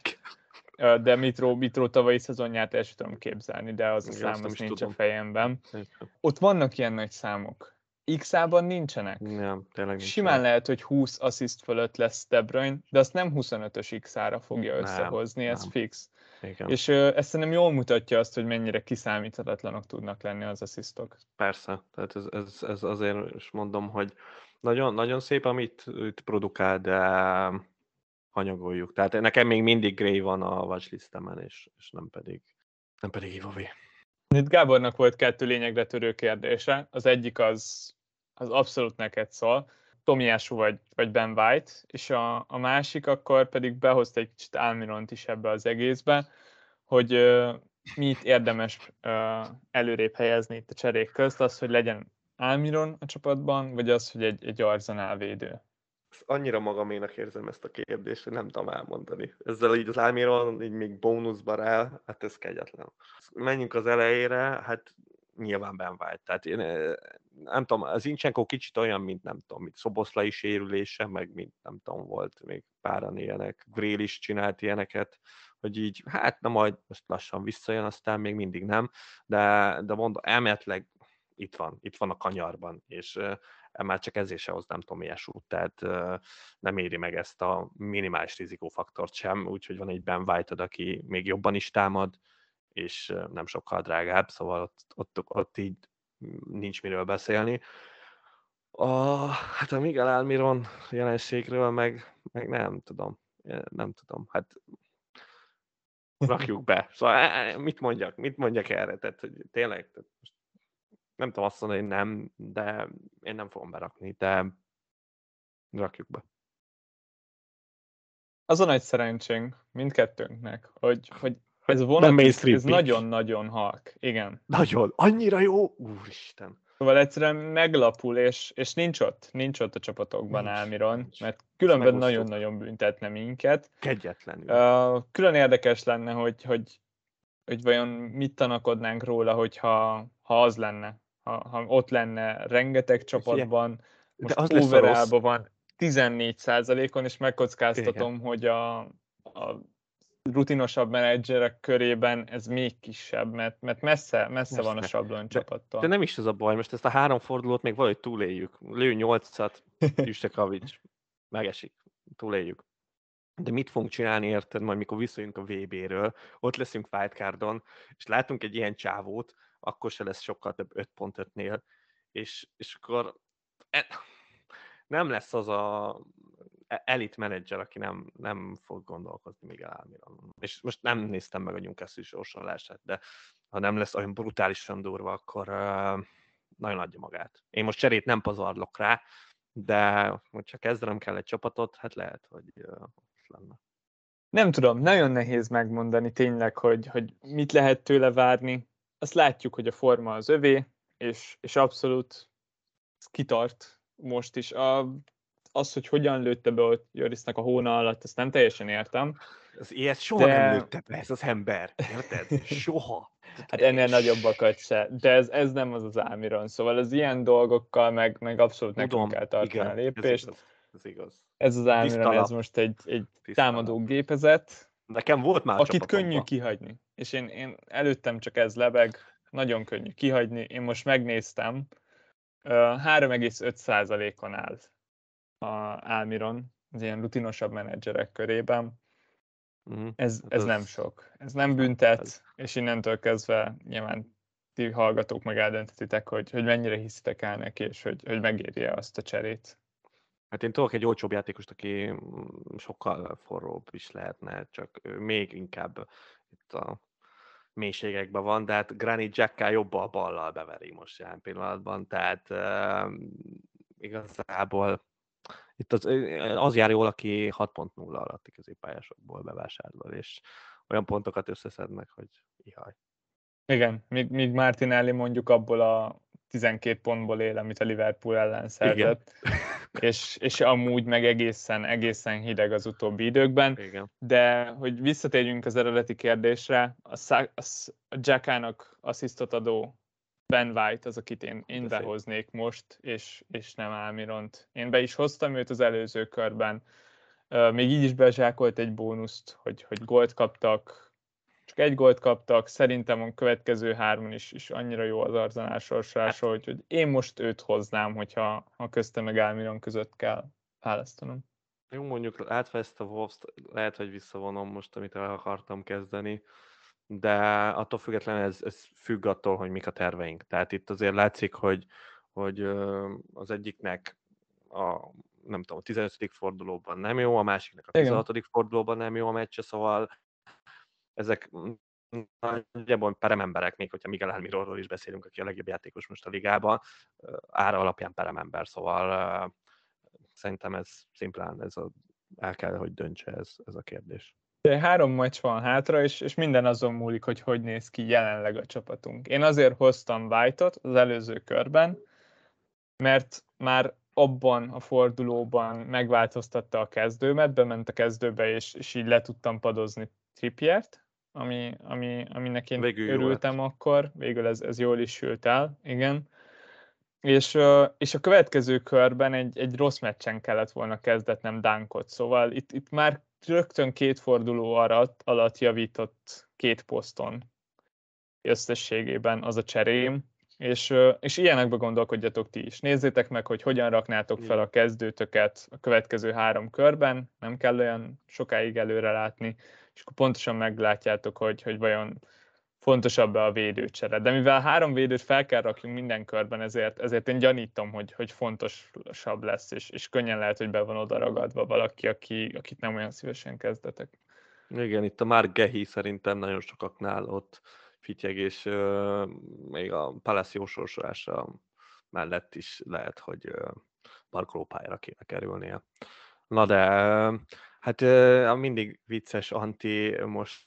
De Mitro tavalyi szezonját el sem tudom képzelni, de az a szám az nincs a fejemben. Ott vannak ilyen nagy számok. X-ában nincsenek. Nem, tényleg simán lehet, hogy 20 assziszt fölött lesz De Bruyne, de azt nem 25-ös X-ára fogja összehozni, ez fix. Igen. És ezt szerintem jól mutatja azt, hogy mennyire kiszámíthatatlanok tudnak lenni az asszisztok. Persze, tehát ez azért is mondom, hogy nagyon, nagyon szép, amit produkál, de hanyagoljuk. Tehát nekem még mindig Gray van a watchlistemen, és nem pedig Iwobi. Itt Gábornak volt 2 lényegre törő kérdése. Az egyik az abszolút neked szól. Tomiyasu vagy Ben White, és a másik akkor pedig behozta egy kicsit Almiront is ebbe az egészbe, hogy mit érdemes előrébb helyezni itt a cserék közt, az, hogy legyen Almiron a csapatban, vagy az, hogy egy Arsenal védő. Annyira magaménak érzem ezt a kérdést, hogy nem tudom elmondani. Ezzel így az Almiron így még bónuszba rá, hát ez kegyetlen. Menjünk az elejére, hát nyilván Ben White. Tehát én nem tudom, az Zinchenko kicsit olyan, mint nem tudom, mint Szoboszlai sérülése, meg mint nem tudom, volt még páran ilyenek. Grél is csinált ilyeneket, hogy így, hát na majd most lassan visszajön, aztán még mindig nem, de mondom, elméletileg itt van a kanyarban, és már csak ezért se hoznám Tomiyasút, tehát nem éri meg ezt a minimális rizikófaktort sem, úgyhogy van egy Ben White-od, aki még jobban is támad, és nem sokkal drágább, szóval ott így nincs miről beszélni. Hát a Miguel Almiron jelenségről meg nem tudom, hát rakjuk be. Szóval mit mondjak erre? Tehát, hogy tényleg, nem tudom azt mondani, hogy nem, de én nem fogom berakni, de rakjuk be. Az a nagy szerencsénk mindkettőnknek, hogy ez vonat, ez nagyon-nagyon halk. Igen. Nagyon, annyira jó, úristen. Szóval egyszerűen meglapul, és nincs ott a csapatokban Almiron, mert különben nagyon-nagyon büntetne minket. Kegyetlenül. Külön érdekes lenne, hogy vajon mit tanakodnánk róla, hogyha az lenne, ha ott lenne rengeteg csapatban, De most az lesz a rossz. overallban van 14%-on, és Igen. megkockáztatom, hogy a rutinosabb menedzserek körében ez még kisebb, mert messze van a Persze. sablon De csapattól. nem is ez a baj, most ezt a 3 fordulót még valahogy túléljük. Lő 8-at, Jusztakavics, megesik, túléljük. De mit fogunk csinálni, érted, majd mikor visszajönk a VB-ről, ott leszünk wildcardon, és látunk egy ilyen csávót, akkor se lesz sokkal több 5.5-nél, és akkor nem lesz az a elit menedzser, aki nem fog gondolkozni Miguel Almiron. És most nem néztem meg a Newcastle sorsolását, de ha nem lesz olyan brutálisan durva, akkor nagyon adja magát. Én most cserét nem pazarlok rá, de hogyha kezdenem kell egy csapatot, hát lehet, hogy ott lenne. Nem tudom, nagyon nehéz megmondani tényleg, hogy mit lehet tőle várni. Azt látjuk, hogy a forma az övé, és abszolút kitart most is. Az, hogy hogyan lőtte be ott Jorisnak a hóna alatt, ezt nem teljesen értem. Az ilyet soha nem lőtte be ez az ember, érted? Soha. Hát ennél nagyobbakat se, de ez nem az Almiron. Szóval az ilyen dolgokkal meg abszolút nekünk kell tartani a lépést. Ez igaz. Ez az Almiron, ez most egy támadó gépezet, Nekem volt már akit könnyű kihagyni. És én előttem csak ez lebeg, nagyon könnyű kihagyni. Én most megnéztem, 3,5%-on áll a Almiron, az ilyen rutinosabb menedzserek körében. Ez nem sok. Ez nem büntet, és innentől kezdve nyilván ti hallgatók meg eldöntetitek, hogy mennyire hiszitek el neki, és hogy megéri-e azt a cserét. Hát én tudok egy olcsóbb játékost, aki sokkal forróbb is lehetne, csak még inkább itt a mélységekben van, de hát Granit Xhaka jobban a ballal beveri most jelen pillanatban, tehát igazából itt az jár jól, aki 6.0 alatti középpályásokból bevásárol, és olyan pontokat összeszednek, hogy ihaj. Igen, míg Martinelli mondjuk abból a 12 pontból él, amit a Liverpool ellen szerzett, és amúgy meg egészen hideg az utóbbi időkben. Igen. De hogy visszatérjünk az eredeti kérdésre, a Xhakának asszisztot adó Ben White az, akit én behoznék most, és nem Almiront. Én be is hoztam őt az előző körben. Még így is bezsákolt egy bónuszt, hogy gólt kaptak, csak egy gólt kaptak, szerintem a következő 3 is annyira jó az Arsenal sorsolása, hogy én most őt hoznám, hogyha köztem meg Almiron között kell választanom. Jó, mondjuk látva ezt a Wolves-t, lehet, hogy visszavonom most, amit el akartam kezdeni, de attól függetlenül ez függ attól, hogy mik a terveink. Tehát itt azért látszik, hogy az egyiknek nem tudom, a 15. fordulóban nem jó, a másiknak a 16. Igen. fordulóban nem jó a meccse, szóval ezek nagyjából perememberek, még hogyha Miguel Almironról is beszélünk, aki a legjobb játékos most a ligában, ára alapján peremember, szóval szerintem ez szimplán el kell, hogy döntse ez a kérdés. 3 meccs van hátra, és minden azon múlik, hogy néz ki jelenleg a csapatunk. Én azért hoztam White-ot az előző körben, mert már abban a fordulóban megváltoztatta a kezdőmet, bement a kezdőbe, és így le tudtam padozni Trippiert, aminek én örültem akkor, végül ez jól is sült el, igen. És a következő körben egy rossz meccsen kellett volna kezdetnem Dunkot, szóval itt már rögtön 2 forduló alatt javított 2 poszton összességében az a cserém, és ilyenekbe gondolkodjatok ti is. Nézzétek meg, hogy hogyan raknátok fel a kezdőtöket a következő 3 körben, nem kell olyan sokáig előre látni, és akkor pontosan meglátjátok, hogy vajon fontosabb-e a védőcsere. De mivel 3 védőt fel kell rakjunk minden körben, ezért én gyanítom, hogy fontosabb lesz, és könnyen lehet, hogy be van oda ragadva valaki, akit nem olyan szívesen kezdetek. Igen, itt a Mark Gehi szerintem nagyon sokaknál ott fityeg, és még a Palace jó sorsolása mellett is lehet, hogy parkolópályára kéne kerülnie. Na de, hát mindig vicces Antti most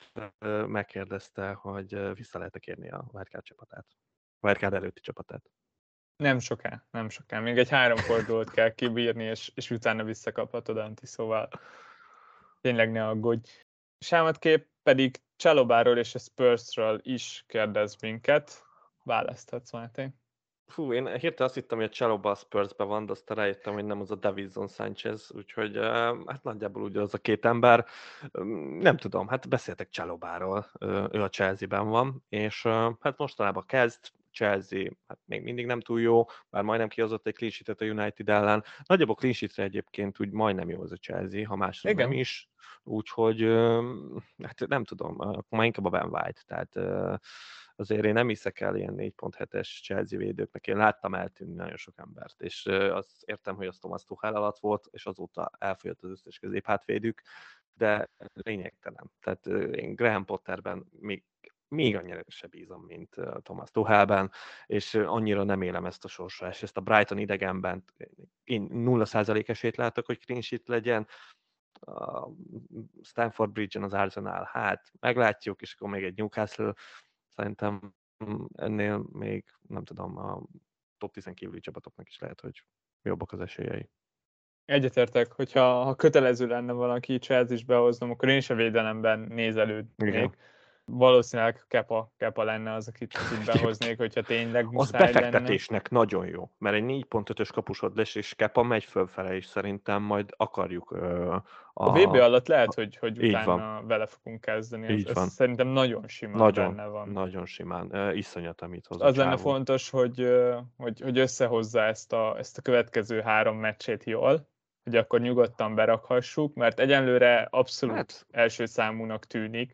megkérdezte, hogy vissza lehet kérni a Wildcard csapatát. Wildcard előtti csapatát. Nem soká. Még egy 3 fordulót kell kibírni, és utána visszakaphatod, Antti, szóval tényleg ne aggódj. Sámatkép pedig Csalobáról és a Spursről is kérdez minket. választhatsz, Máté. Fú, én hirtelen azt hittem, hogy a Chalobah Spursbe van, de aztán rájöttem, hogy nem az a Davinson Sanchez, úgyhogy hát nagyjából ugyanaz a két ember. Nem tudom, hát beszéltek Chalobahról, ő a Chelsea-ben van, és hát mostanában kezd, Chelsea hát még mindig nem túl jó, bár majdnem kihozott egy clean sheet-et a United ellen. Nagyjából clean sheetre egyébként úgy majdnem jó az a Chelsea, ha másra nem Igen. is. Úgyhogy hát nem tudom, akkor már inkább a Ben White, tehát azért én nem hiszek el ilyen 4.7-es Chelsea védőknek, én láttam eltűnni nagyon sok embert, és azt értem, hogy az Thomas Tuchel alatt volt, és azóta elfogyott az összes középhátvédük, de lényegtelen. Tehát én Graham Potterben még annyira se bízom, mint Thomas Tuchelben, és annyira nem élem ezt a sorsolást, ezt a Brighton idegenben én 0% esélyt látok, hogy clean sheet legyen, a Stamford Bridge-en az Arsenal, hát meglátjuk, és akkor még egy Newcastle, szerintem ennél még, nem tudom, a top 10 kívüli csapatoknak is lehet, hogy jobbak az esélyei. Egyetértek, hogyha kötelező lenne valaki Chelsea-s behoznom, akkor én is a védelemben nézelődnék. Igen. Valószínűleg Kepa lenne az, akit behoznék, hogyha tényleg Az muszáj lenne. befektetésnek nagyon jó, mert egy 4.5-ös kapusod lesz, és Kepa megy fölfele, és szerintem majd akarjuk A VB alatt lehet, hogy Így utána van. vele fogunk kezdeni. Így Ez van. szerintem nagyon simán Nagyon, benne van. nagyon simán. Iszonyat, amit hoz a Az lenne csávó. fontos, hogy összehozza ezt a következő 3 meccsét jól, hogy akkor nyugodtan berakhassuk, mert egyenlőre abszolút első számúnak tűnik,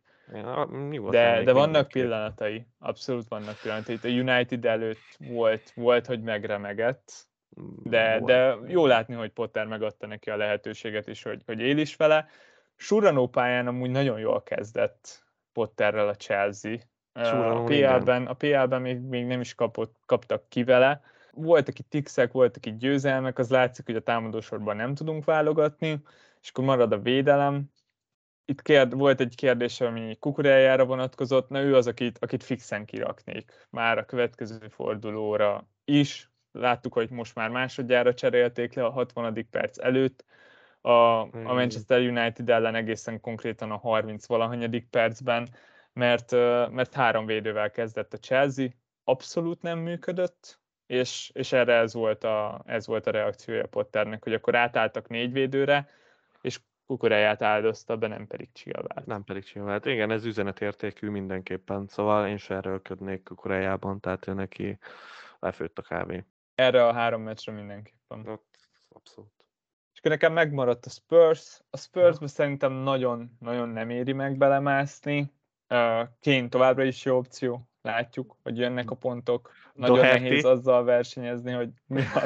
de vannak pillanatai, abszolút vannak pillanatai. A United előtt volt, hogy megremegett, de jó látni, hogy Potter megadta neki a lehetőséget is, hogy él is vele. Surranó pályán amúgy nagyon jól kezdett Potterrel a Chelsea. A PL-ben még nem is kaptak ki vele. Voltak itt tixek, voltak itt győzelmek, az látszik, hogy a támadósorban nem tudunk válogatni, és akkor marad a védelem. Itt volt egy kérdés, ami Kukurejára vonatkozott, na ő az, akit fixen kiraknék már a következő fordulóra is. Láttuk, hogy most már másodjára cserélték le a 60. perc előtt, a Manchester United ellen egészen konkrétan a 30-valahanyadik percben, mert 3 védővel kezdett a Chelsea, abszolút nem működött, és erre ez volt a reakciója Potternek, hogy akkor átálltak 4 védőre, és Kukureját áldozta, de nem pedig Chilwellt. Nem pedig Chilwellt. Igen, ez üzenetértékű mindenképpen, szóval én se erőlködnék Kukurejában, tehát ő neki lefőtt a kávé. Erre a 3 meccsre mindenképpen. Abszolút. És akkor nekem megmaradt a Spurs. A Spursbe szerintem nagyon nem éri meg belemászni. Kane továbbra is jó opció. Látjuk, hogy jönnek a pontok. Nagyon nehéz azzal versenyezni, hogy mi van.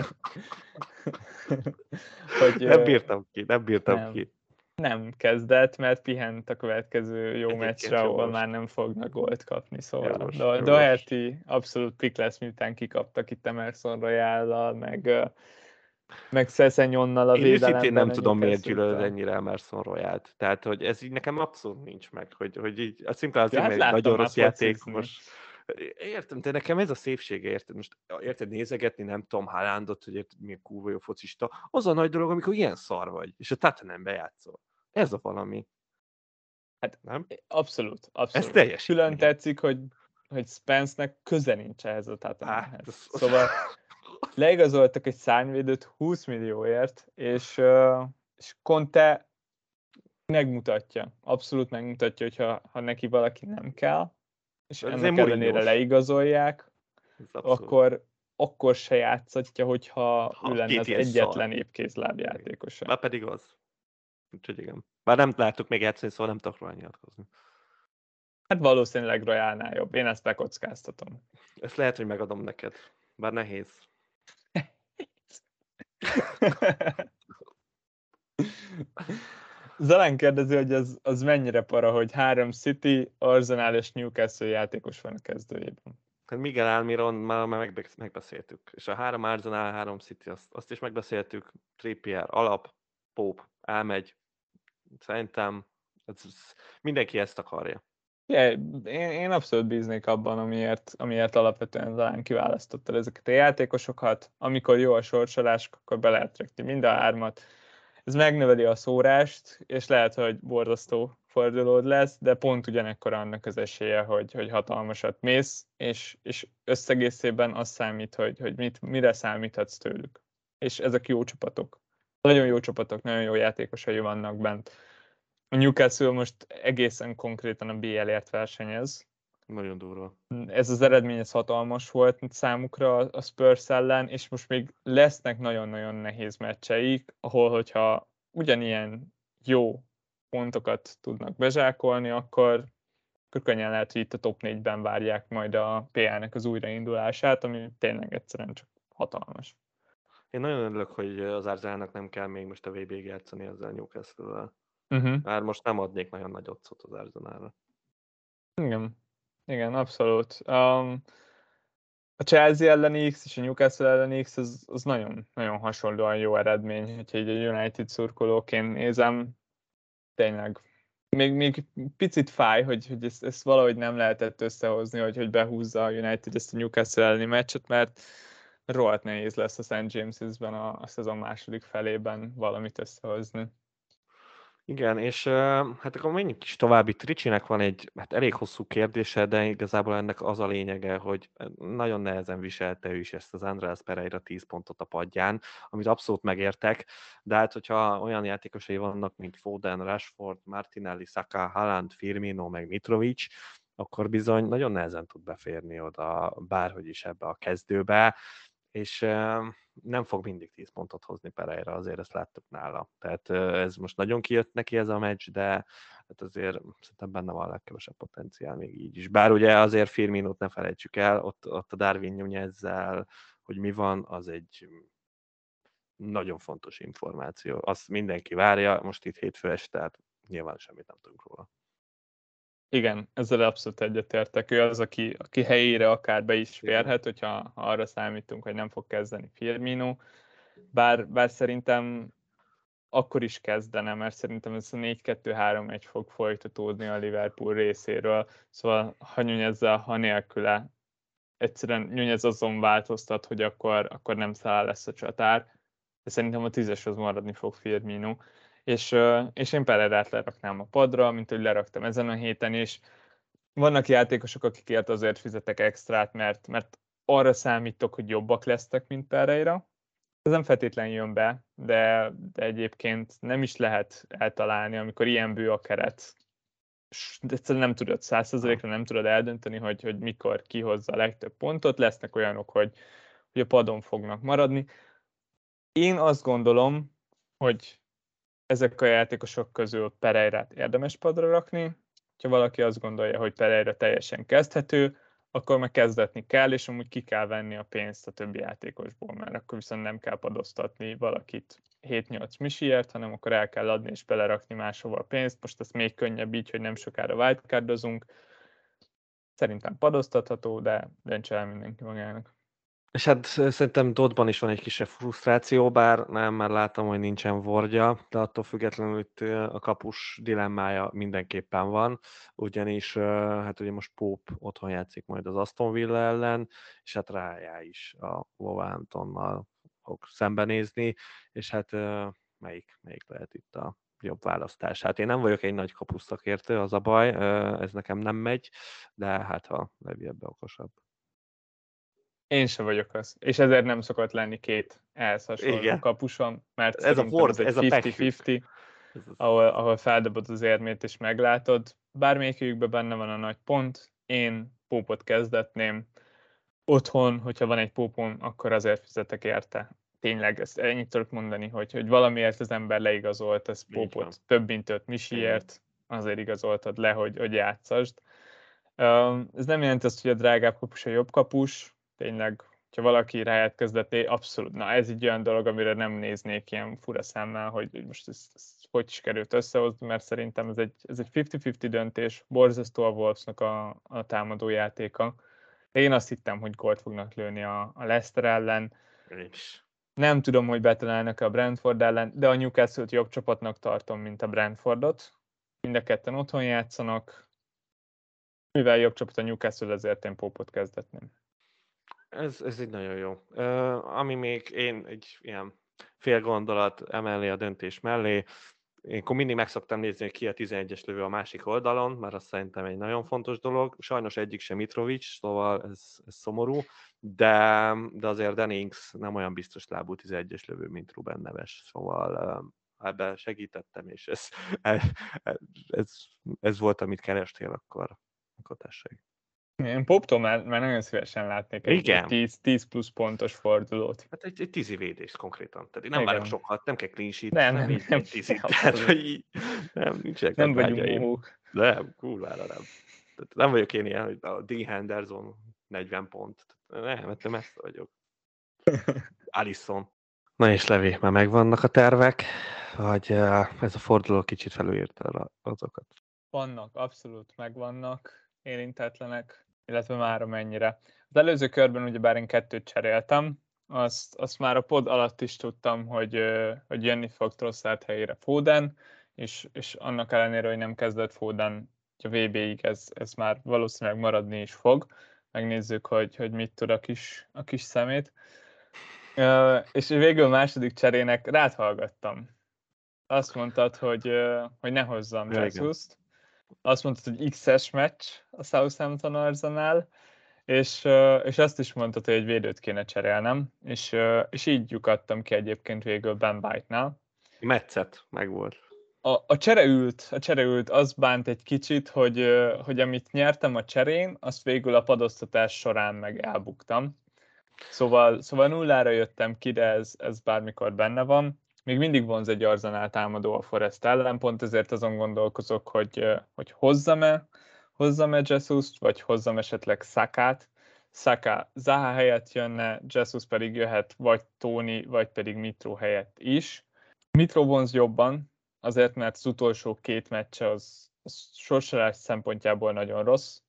Nem bírtam ki. Nem kezdett, mert pihent a következő jó meccsre, ahol már nem fognak gólt kapni, szóval. Doherty abszolút pik lesz, miután kikaptak itt Emerson Royal-lal, meg Sessegnonnal a védelemben. Én őszintén nem tudom, miért gyűlölöd ennyire Emerson Royalt. Tehát, hogy ez így nekem abszolút nincs meg, hogy így, a szimplán azért, mert egy nagyon rossz játékos. Értem, de nekem ez a szépsége, érted? Most érted, nézegetni, nem tudom, Haalandot, hogy érted, milyen kurva jó focista. Az a nagy dolog, amikor ilyen szar vagy, és a Tottenhambe játszol. Ez a valami. Hát nem? Abszolút. Ez teljesítmény. Külön tetszik, hogy Spence-nek köze nincs ehhez a Tottenhamhez. Szóval leigazoltak egy szárnyvédőt 20 millióért, és Conte megmutatja, abszolút megmutatja, hogyha neki valaki nem kell, és ennek ellenére leigazolják, akkor se játszatja, hogyha ő lenne az egyetlen épkézláb játékosa. Már pedig az. Úgyhogy igen. Bár nem láttuk még játszani, szóval nem tudok róla nyilatkozni. Hát valószínűleg Royalnál jobb. Én ezt bekockáztatom. Ezt lehet, hogy megadom neked. Bár nehéz. Zalán kérdezi, hogy az mennyire para, hogy 3 City, Arsenal és Newcastle játékos van a kezdőjében. Hát Miguel Almiron már megbeszéltük. És a 3 Arsenal, 3 City, azt is megbeszéltük. Trippier, alap, Pope, elmegy. Szerintem mindenki ezt akarja. Én abszolút bíznék abban, amiért alapvetően Zalán kiválasztotta ezeket a játékosokat. Amikor jó a sorsolás, akkor be lehet rakni mind a 3-at. Ez megnöveli a szórást, és lehet, hogy borzasztó fordulód lesz, de pont ugyanekkor annak az esélye, hogy hatalmasat mész, és összegészében az számít, hogy mire számíthatsz tőlük. És ezek jó csapatok. Nagyon jó csapatok, nagyon jó játékosai vannak bent. A Newcastle most egészen konkrétan a BL-ért versenyez. Nagyon durva. Ez az eredmény ez hatalmas volt számukra a Spurs ellen, és most még lesznek nagyon-nagyon nehéz meccseik, ahol, hogyha ugyanilyen jó pontokat tudnak bezsákolni, akkor könnyen lehet, hogy itt a top 4-ben várják majd a PL-nek az újraindulását, ami tényleg egyszerűen csak hatalmas. Én nagyon örülök, hogy az Arsenalnak nem kell még most a VB-ig játszani ezzel a Newcastle-vel. Már most nem adnék nagyon nagy otcot az Arsenalra. Igen, abszolút. A Chelsea elleni X és a Newcastle elleni X az nagyon, nagyon hasonlóan jó eredmény, hogyha egy United szurkolóként nézem. Tényleg. Még picit fáj, hogy ezt valahogy nem lehetett összehozni, hogy behúzza a United ezt a Newcastle elleni meccset, mert rohadt nehéz lesz a St. James's-ben a szezon második felében valamit összehozni. Igen, és hát akkor menjünk is tovább. Itt Ricsinek van egy elég hosszú kérdése, de igazából ennek az a lényege, hogy nagyon nehezen viselte ő is ezt az Andreas Pereira 10 pontot a padján, amit abszolút megértek, de hát hogyha olyan játékosai vannak, mint Foden, Rashford, Martinelli, Saka, Haaland, Firmino, meg Mitrovic, akkor bizony nagyon nehezen tud beférni oda bárhogy is ebbe a kezdőbe, és nem fog mindig 10 pontot hozni Pereira, azért ezt láttuk nála. Tehát ez most nagyon kijött neki ez a meccs, de hát azért szerintem benne van a legkevesebb potenciál még így is. Bár ugye azért Firminót ne felejtsük el, ott a Darwin Nunezzel, hogy mi van, az egy nagyon fontos információ. Azt mindenki várja, most itt hétfő este, tehát nyilván semmit nem tudunk róla. Igen, ezzel abszolút egyetértek. Ő az, aki helyére akár be is férhet, hogyha arra számítunk, hogy nem fog kezdeni Firmino. Bár szerintem akkor is kezdene, mert szerintem ez a 4-2-3-1 fog folytatódni a Liverpool részéről. Szóval ha Nunezzel, ha nélküle, egyszerűen Nunez azon változtat, hogy akkor nem Salah lesz a csatár, de szerintem a 10-es az maradni fog Firmino. És én Pereirát leraknám a padra, mint hogy leraktam ezen a héten is. Vannak játékosok, akikért azért fizetek extrát, mert arra számítok, hogy jobbak lesznek, mint Pereira. Ez nem feltétlenül jön be, de egyébként nem is lehet eltalálni, amikor ilyen bő a keret. De egyszerűen nem tudod 100%-ra nem tudod eldönteni, hogy mikor kihozza a legtöbb pontot. Lesznek olyanok, hogy a padon fognak maradni. Én azt gondolom, hogy ezek a játékosok közül Pereirát érdemes padra rakni. Ha valaki azt gondolja, hogy Pereira teljesen kezdhető, akkor meg kezdetni kell, és amúgy ki kell venni a pénzt a többi játékosból, mert akkor viszont nem kell padoztatni valakit 7-8 misiért, hanem akkor el kell adni és belerakni máshova a pénzt. Most ez még könnyebb így, hogy nem sokára wildcardozunk. Szerintem padoztatható, de döntse el mindenki magának. És hát szerintem Dodban is van egy kisebb frusztráció, bár nem, már látom, hogy nincsen Vordja, de attól függetlenül itt a kapus dilemmája mindenképpen van, ugyanis hát ugye most Pope otthon játszik majd az Aston Villa ellen, és hát rájá is a Wolverhamptonnal fog szembenézni, és hát melyik lehet itt a jobb választás. Hát én nem vagyok egy nagy kapusztakértő, az a baj, ez nekem nem megy, de hát ha Levi ebbe okosabb. Én sem vagyok az. És ezért nem szokott lenni két ehhez hasonló Igen. kapusom, mert Ez a szerintem Ward, ez egy ez a pekjük. 50-50, ahol feldobod az érmét és meglátod. Bármelyikükben benne van a nagy pont. Én Pópot kezdetném. Otthon, hogyha van egy Pópom, akkor azért fizetek érte. Tényleg, ezt ennyit tudok mondani, hogy valamiért az ember leigazolt, ez Pópot több mint 5 misiért, azért igazoltad le, hogy játszasd. Ez nem jelenti azt, hogy a drágább kapus a jobb kapus, tényleg, ha valaki ráját kezdeté, abszolút. Na, ez egy olyan dolog, amire nem néznék ilyen fura számmel, hogy most ez hogy is került összehozni, mert szerintem ez egy 50-50 döntés, borzasztó a Wolvesnak a támadó játéka. Én azt hittem, hogy gólt fognak lőni a Leicester ellen. Nem tudom, hogy betalálnak a Brentford ellen, de a Newcastle-t jobb csapatnak tartom, mint a Brentfordot. Mind a ketten otthon játszanak. Mivel jobb csapat a Newcastle, ezért én Pópot kezdetném. Ez egy nagyon jó. Ami még én egy ilyen fél gondolat emellé a döntés mellé, én akkor mindig meg szoktam nézni, hogy ki a 11-es lövő a másik oldalon, mert az szerintem egy nagyon fontos dolog. Sajnos egyik sem Mitrovic, szóval ez szomorú, de azért Danny Ings nem olyan biztos lábú 11-es lövő, mint Ruben Neves, szóval ebben segítettem, és ez, ez volt, amit kerestél, akkor tessék. Én Poptól már nagyon szívesen látnék egy 10 plusz pontos fordulót. Hát egy 10 védést konkrétan. Tehát én nem Igen. várok sokat, nem kell clean sheet, Nem, nem nem, 10. Tehát, abszolút. hogy így, nem, nincsenek Nem nagy vagyunk vágyaim. mohók. Nem, kurvára nem. Tehát nem vagyok én ilyen, hogy a D. Henderson 40 pont. Nem, ettől messze vagyok. Alisson. Na és Levi, már megvannak a tervek, vagy ez a forduló kicsit felülírta azokat? Vannak, abszolút megvannak, érintetlenek, illetve már amennyire. Az előző körben ugyebár én 2 cseréltem, azt már a pod alatt is tudtam, hogy jönni fog Trossard helyére Foden, és annak ellenére, hogy nem kezdett Foden a VB-ig, ez már valószínűleg maradni is fog. Megnézzük, hogy mit tud a kis szemét. És végül a második cserének rád hallgattam. Azt mondtad, hogy ne hozzam Jesus-t. Azt mondtad, hogy X-es meccs a Southampton Arsenal, és azt is mondtad, hogy egy védőt kéne cserélnem, és így lyukadtam ki egyébként végül Ben White-nál. Metszet megvolt. A csere ült, az bánt egy kicsit, hogy amit nyertem a cserén, azt végül a padoztatás során meg elbuktam. Szóval 0-ra jöttem ki, de ez bármikor benne van. Még mindig vonz egy Arsenal támadó a Forest ellen, pont ezért azon gondolkozok, hogy hozzam-e Jesus-t, vagy hozzam esetleg Sakát. Saka Zaha helyett jönne, Jesus pedig jöhet vagy Tóni, vagy pedig Mitro helyett is. Mitro vonz jobban, azért, mert az utolsó 2 meccse az sorsolás szempontjából nagyon rossz,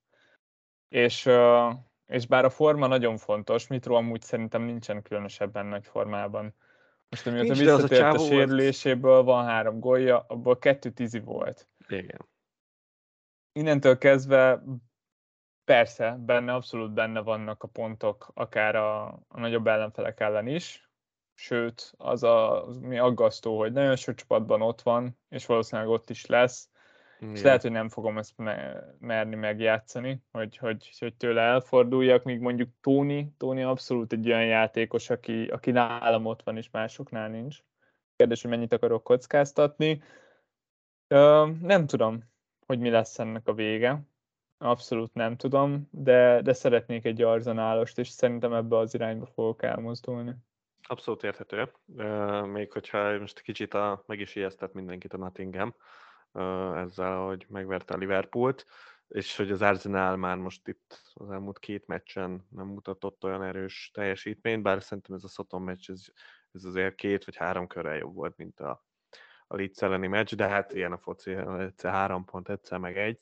és bár a forma nagyon fontos, Mitro amúgy szerintem nincsen különösebben nagy formában. Most amióta visszatért a sérüléséből, van 3 gólja, abból 2 10 volt. Igen. Innentől kezdve persze, abszolút benne vannak a pontok, akár a nagyobb ellenfelek ellen is, sőt, az mi aggasztó, hogy nagyon sok csapatban ott van, és valószínűleg ott is lesz, és lehet, hogy nem fogom ezt merni megjátszani, hogy tőle elforduljak, míg mondjuk Tóni abszolút egy olyan játékos, aki nálam ott van, és másoknál nincs. Kérdés, hogy mennyit akarok kockáztatni. Nem tudom, hogy mi lesz ennek a vége. Abszolút nem tudom, de szeretnék egy Arsenálost, és szerintem ebbe az irányba fogok elmozdulni. Abszolút érthető. Még hogyha most kicsit meg is ijesztett mindenkit a Nottingham ezzel, hogy megverte a Liverpoolt, és hogy az Arsenal már most itt az elmúlt 2 meccsen nem mutatott olyan erős teljesítményt, bár szerintem ez a Soton meccs, ez azért 2 vagy 3 körrel jobb volt, mint a Leeds elleni meccs, de hát ilyen a foci, egyszer 3 pont, egyszer meg 1.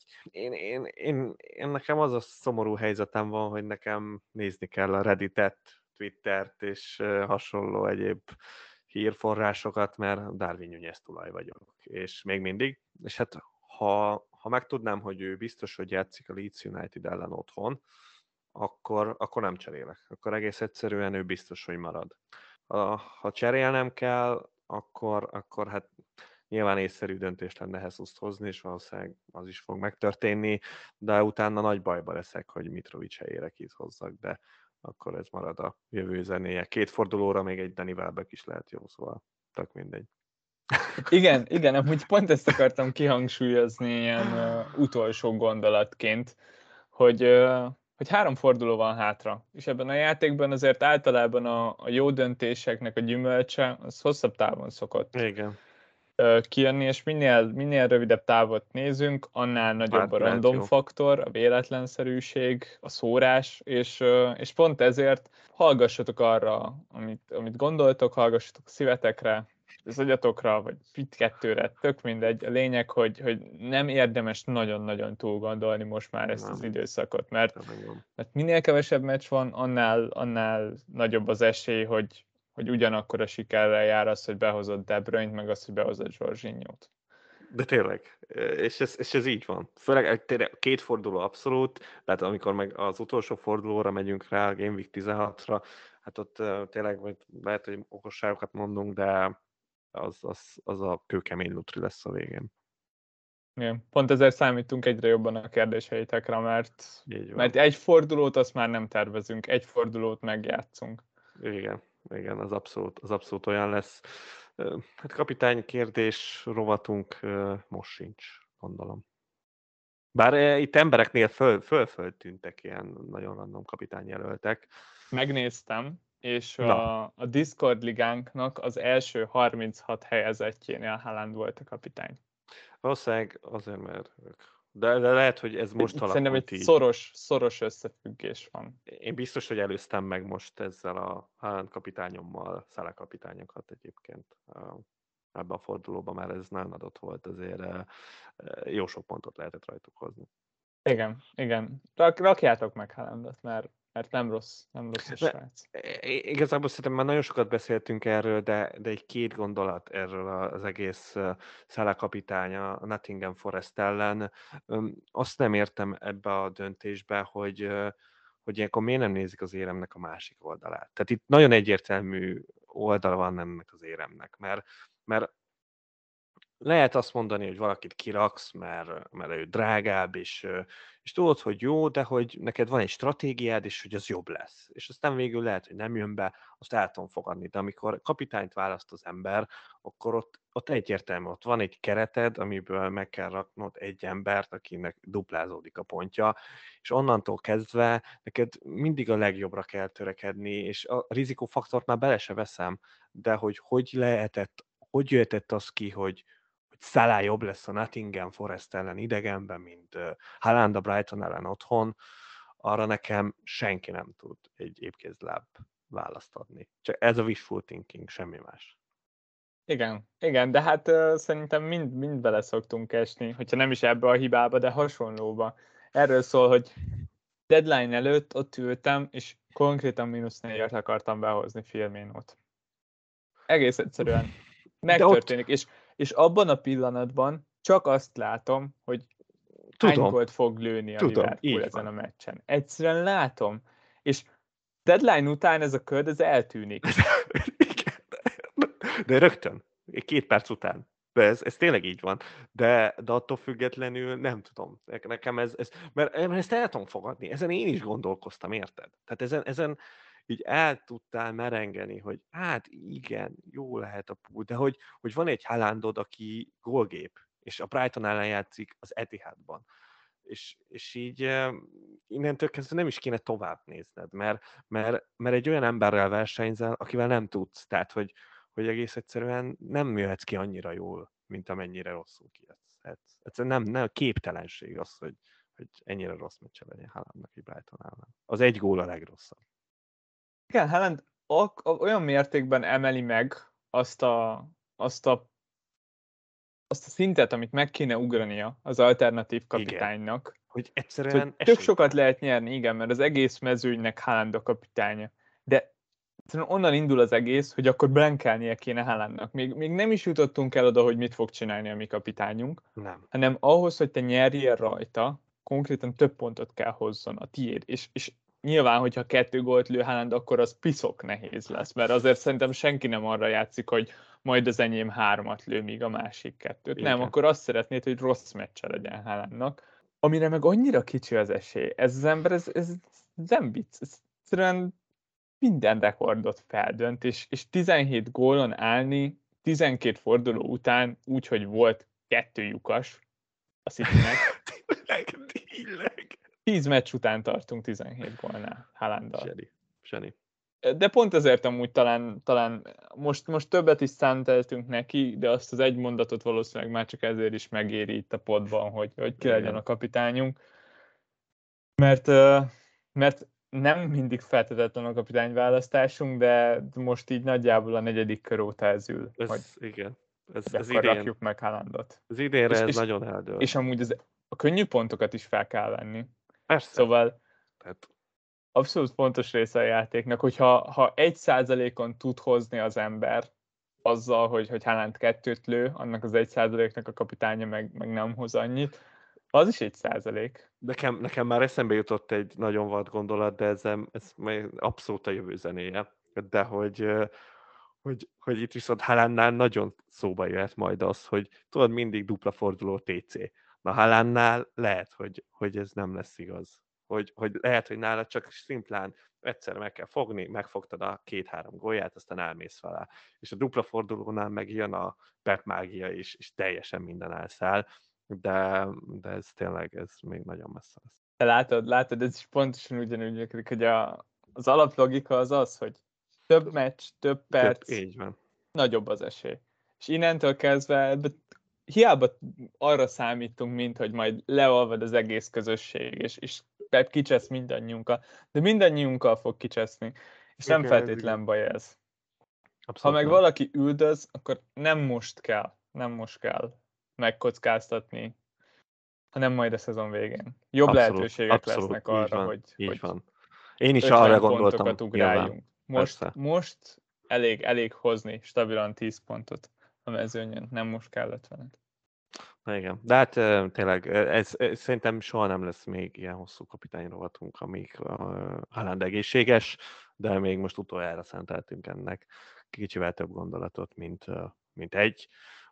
Én nekem az a szomorú helyzetem van, hogy nekem nézni kell a Redditet, Twittert és hasonló egyéb hírforrásokat, mert Darwin Núñez tulaj vagyok, és még mindig. És hát ha megtudnám, hogy ő biztos, hogy játszik a Leeds United ellen otthon, akkor nem cserélek. Akkor egész egyszerűen ő biztos, hogy marad. Ha cserélnem kell, akkor hát nyilván észszerű döntést lenne Jesus-t hozni, és valószínűleg az is fog megtörténni, de utána nagy bajba leszek, hogy Mitrovic helyére kit hozzak, de akkor ez marad a jövő zenéje. 2 fordulóra még egy Danny Welbeck is lehet jó, szóval tök mindegy. Igen, amúgy pont ezt akartam kihangsúlyozni ilyen utolsó gondolatként, hogy 3 forduló van hátra, és ebben a játékban azért általában a jó döntéseknek a gyümölcse az hosszabb távon szokott kijönni, és minél rövidebb távot nézünk, annál nagyobb a random faktor, a véletlenszerűség, a szórás, és pont ezért hallgassatok arra, amit gondoltok, hallgassatok a szívetekre, az agyatokra, vagy kettőre, tök mindegy. A lényeg, hogy nem érdemes nagyon-nagyon túl gondolni most már ezt az időszakot, mert minél kevesebb meccs van, annál nagyobb az esély, hogy ugyanakkor a sikerrel jár az, hogy behozott De Bruyne-t, meg az, hogy behozott Jorginho-t. De tényleg, és ez így van. Főleg 2 forduló abszolút, tehát amikor meg az utolsó fordulóra megyünk rá, a Game Week 16-ra, hát ott tényleg lehet, hogy okosságokat mondunk, de az a kőkemény lutri lesz a végén. Igen. Pont ezért számítunk egyre jobban a kérdéseitekre, mert Így egy fordulót azt már nem tervezünk, egy fordulót megjátszunk. Igen, az abszolút olyan lesz. Hát kapitány kérdés rovatunk most sincs, gondolom. Bár itt embereknél föltűntek ilyen nagyon random kapitányjelöltek. Megnéztem, és Na, a Discord ligánknak az első 36 helyezettjénél Haaland volt a kapitány. valószínűleg azért, mert de lehet, hogy ez most Itt szerintem alakult egy így. szoros összefüggés van. Én biztos, hogy előztem meg most ezzel a Haaland kapitányommal Salah kapitányokat egyébként. Ebbe a fordulóban már ez nagyon adott volt, azért jó sok pontot lehetett rajtuk hozni. Igen. Rakjátok meg Haalandot, mert nem rossz a srác. Igazából szerintem már nagyon sokat beszéltünk erről, de egy két gondolat erről az egész Salah kapitánya a Nottingham Forest ellen. Azt nem értem ebbe a döntésbe, hogy ilyenkor miért nem nézik az éremnek a másik oldalát. Tehát itt nagyon egyértelmű oldala van ennek az éremnek, mert lehet azt mondani, hogy valakit kiraksz, mert ő drágább, és tudod, hogy jó, de hogy neked van egy stratégiád, és hogy az jobb lesz. És aztán végül lehet, hogy nem jön be, azt el tudom fogadni. De amikor kapitányt választ az ember, akkor ott egyértelmű, ott van egy kereted, amiből meg kell raknod egy embert, akinek duplázódik a pontja, és onnantól kezdve neked mindig a legjobbra kell törekedni, és a rizikófaktort már bele se veszem, de hogy jöhetett az ki, hogy Salah jobb lesz a Nottingham Forest ellen idegenben, mint Haaland a Brighton ellen otthon, arra nekem senki nem tud egy épkézláb választ adni. Csak ez a wishful thinking, semmi más. Igen, de hát szerintem mind bele szoktunk esni, hogyha nem is ebbe a hibába, de hasonlóba. Erről szól, hogy deadline előtt ott ültem, és konkrétan -4-et akartam behozni Firminót. Egész egyszerűen megtörténik, és abban a pillanatban csak azt látom, hogy hány Tudom, gólt fog lőni a Liverpool így ezen a van. meccsen. Egyszerűen látom. És deadline után ez a köd, ez eltűnik. Igen. De rögtön, 2 perc után. De ez tényleg így van. De attól függetlenül nem tudom. Nekem mert ezt el tudom fogadni. Ezen én is gondolkoztam, érted? Tehát ezen így el tudtál merengeni, hogy hát igen, jó lehet a pool, de hogy van egy Haalandod, aki gólgép, és a Brighton ellen játszik az Etihadban. És így innentől kezdve nem is kéne tovább nézned, mert egy olyan emberrel versenyzel, akivel nem tudsz. Tehát, hogy egész egyszerűen nem jöhetsz ki annyira jól, mint amennyire rosszul kijöhetsz. Egyszerűen nem képtelenség az, hogy ennyire rossz meccse legyen Haalandnak egy Brighton ellen. Az egy gól a legrosszabb. Igen, Haaland olyan mértékben emeli meg azt a szintet, amit meg kéne ugrania az alternatív kapitánynak. Hogy Hogy egyszerűen tök sokat esélytelen. lehet nyerni, igen, mert az egész mezőnynek Haaland a kapitánya. De egyszerűen onnan indul az egész, hogy akkor blankálnia kéne Haalandnak. Még nem is jutottunk el oda, hogy mit fog csinálni a mi kapitányunk, Nem. hanem ahhoz, hogy te nyerjél rajta, konkrétan több pontot kell hozzon a tiéd. És nyilván, hogyha 2 gólt lő Haaland, akkor az piszok nehéz lesz, mert azért szerintem senki nem arra játszik, hogy majd az enyém 3-at lő, míg a másik 2-t. Nem, Igen. akkor azt szeretnéd, hogy rossz meccse legyen Haalandnak, amire meg annyira kicsi az esély. Ez az ember, ez nem vicc. Ez egyszerűen minden rekordot feldönt, és 17 gólon állni 12 forduló után, úgy, hogy volt 2 lyukas a Citynek. Tényleg. 10 meccs után tartunk 17 gólnál Haalanddal. Zseni. De pont ezért amúgy talán most többet is szánteltünk neki, de azt az egy mondatot valószínűleg már csak ezért is megéri itt a podban, hogy ki legyen a kapitányunk. Mert nem mindig feltétlenül a kapitányválasztásunk, de most így nagyjából a 4. kör óta ez ül, hogy Igen. Ez akkor idén, rakjuk meg Haalandot. az idénre ez És nagyon eldől. amúgy a könnyű pontokat is fel kell venni. Persze. Szóval Tehát abszolút fontos része a játéknak, hogyha 1%-on tud hozni az ember azzal, hogy Haaland 2-t lő, annak az 1%-nak a kapitánya meg nem hoz annyit, az is 1%. nekem már eszembe jutott egy nagyon vad gondolat, de ez abszolút a jövő zenéje. De hogy hogy itt viszont Haalandnál nagyon szóba jöhet majd az, hogy tudod, mindig dupla forduló TC. Na Haalandnál lehet, hogy ez nem lesz igaz. Hogy lehet, hogy nála csak szimplán egyszer meg kell fogni, megfogtad a 2-3 gólját, aztán elmész vele. És a dupla fordulónál meg jön a Pep mágia is, és teljesen minden elszáll, de ez tényleg, ez még nagyon messze lesz. De látod, ez is pontosan ugyanúgy működik, hogy az alaplogika az, hogy több meccs, több perc, így van. Nagyobb az esély. És innentől kezdve hiába arra számítunk, mint hogy majd leolvad az egész közösség, és Pep kicsesz mindannyiunkkal, de mindannyiunkkal fog kicseszni, és nem feltétlen baj ez. Abszolút ha meg nem. Valaki üldöz, akkor nem most kell megkockáztatni, hanem majd a szezon végén. Jobb lehetőségek lesznek arra, hogy van. Én is arra gondoltam. Ugráljunk. Most elég hozni stabilan 10 pontot a mezőnyön, nem most kellett veled. Na igen, de hát tényleg ez szerintem soha nem lesz még ilyen hosszú kapitányrovatunk, amíg Haaland egészséges, de még most utoljára szenteltünk ennek kicsivel több gondolatot, mint egy.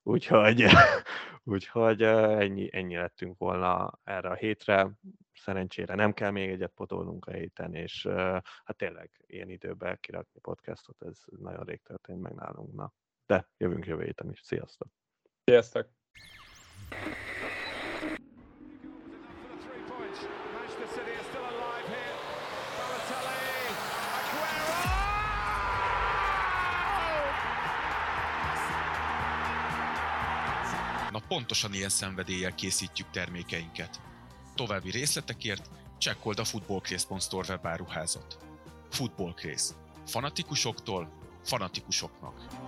Úgyhogy ennyi lettünk volna erre a hétre. Szerencsére nem kell még egyet potolnunk a héten, és hát tényleg ilyen időben kirakni podcastot, ez nagyon rég történt meg nálunk. Na, de jövünk jövő héten is. Sziasztok! Sziasztok! Na pontosan ilyen szenvedéllyel készítjük termékeinket. További részletekért csekkold a footballcraze.store webáruházat. Footballcraze. Fanatikusoktól fanatikusoknak.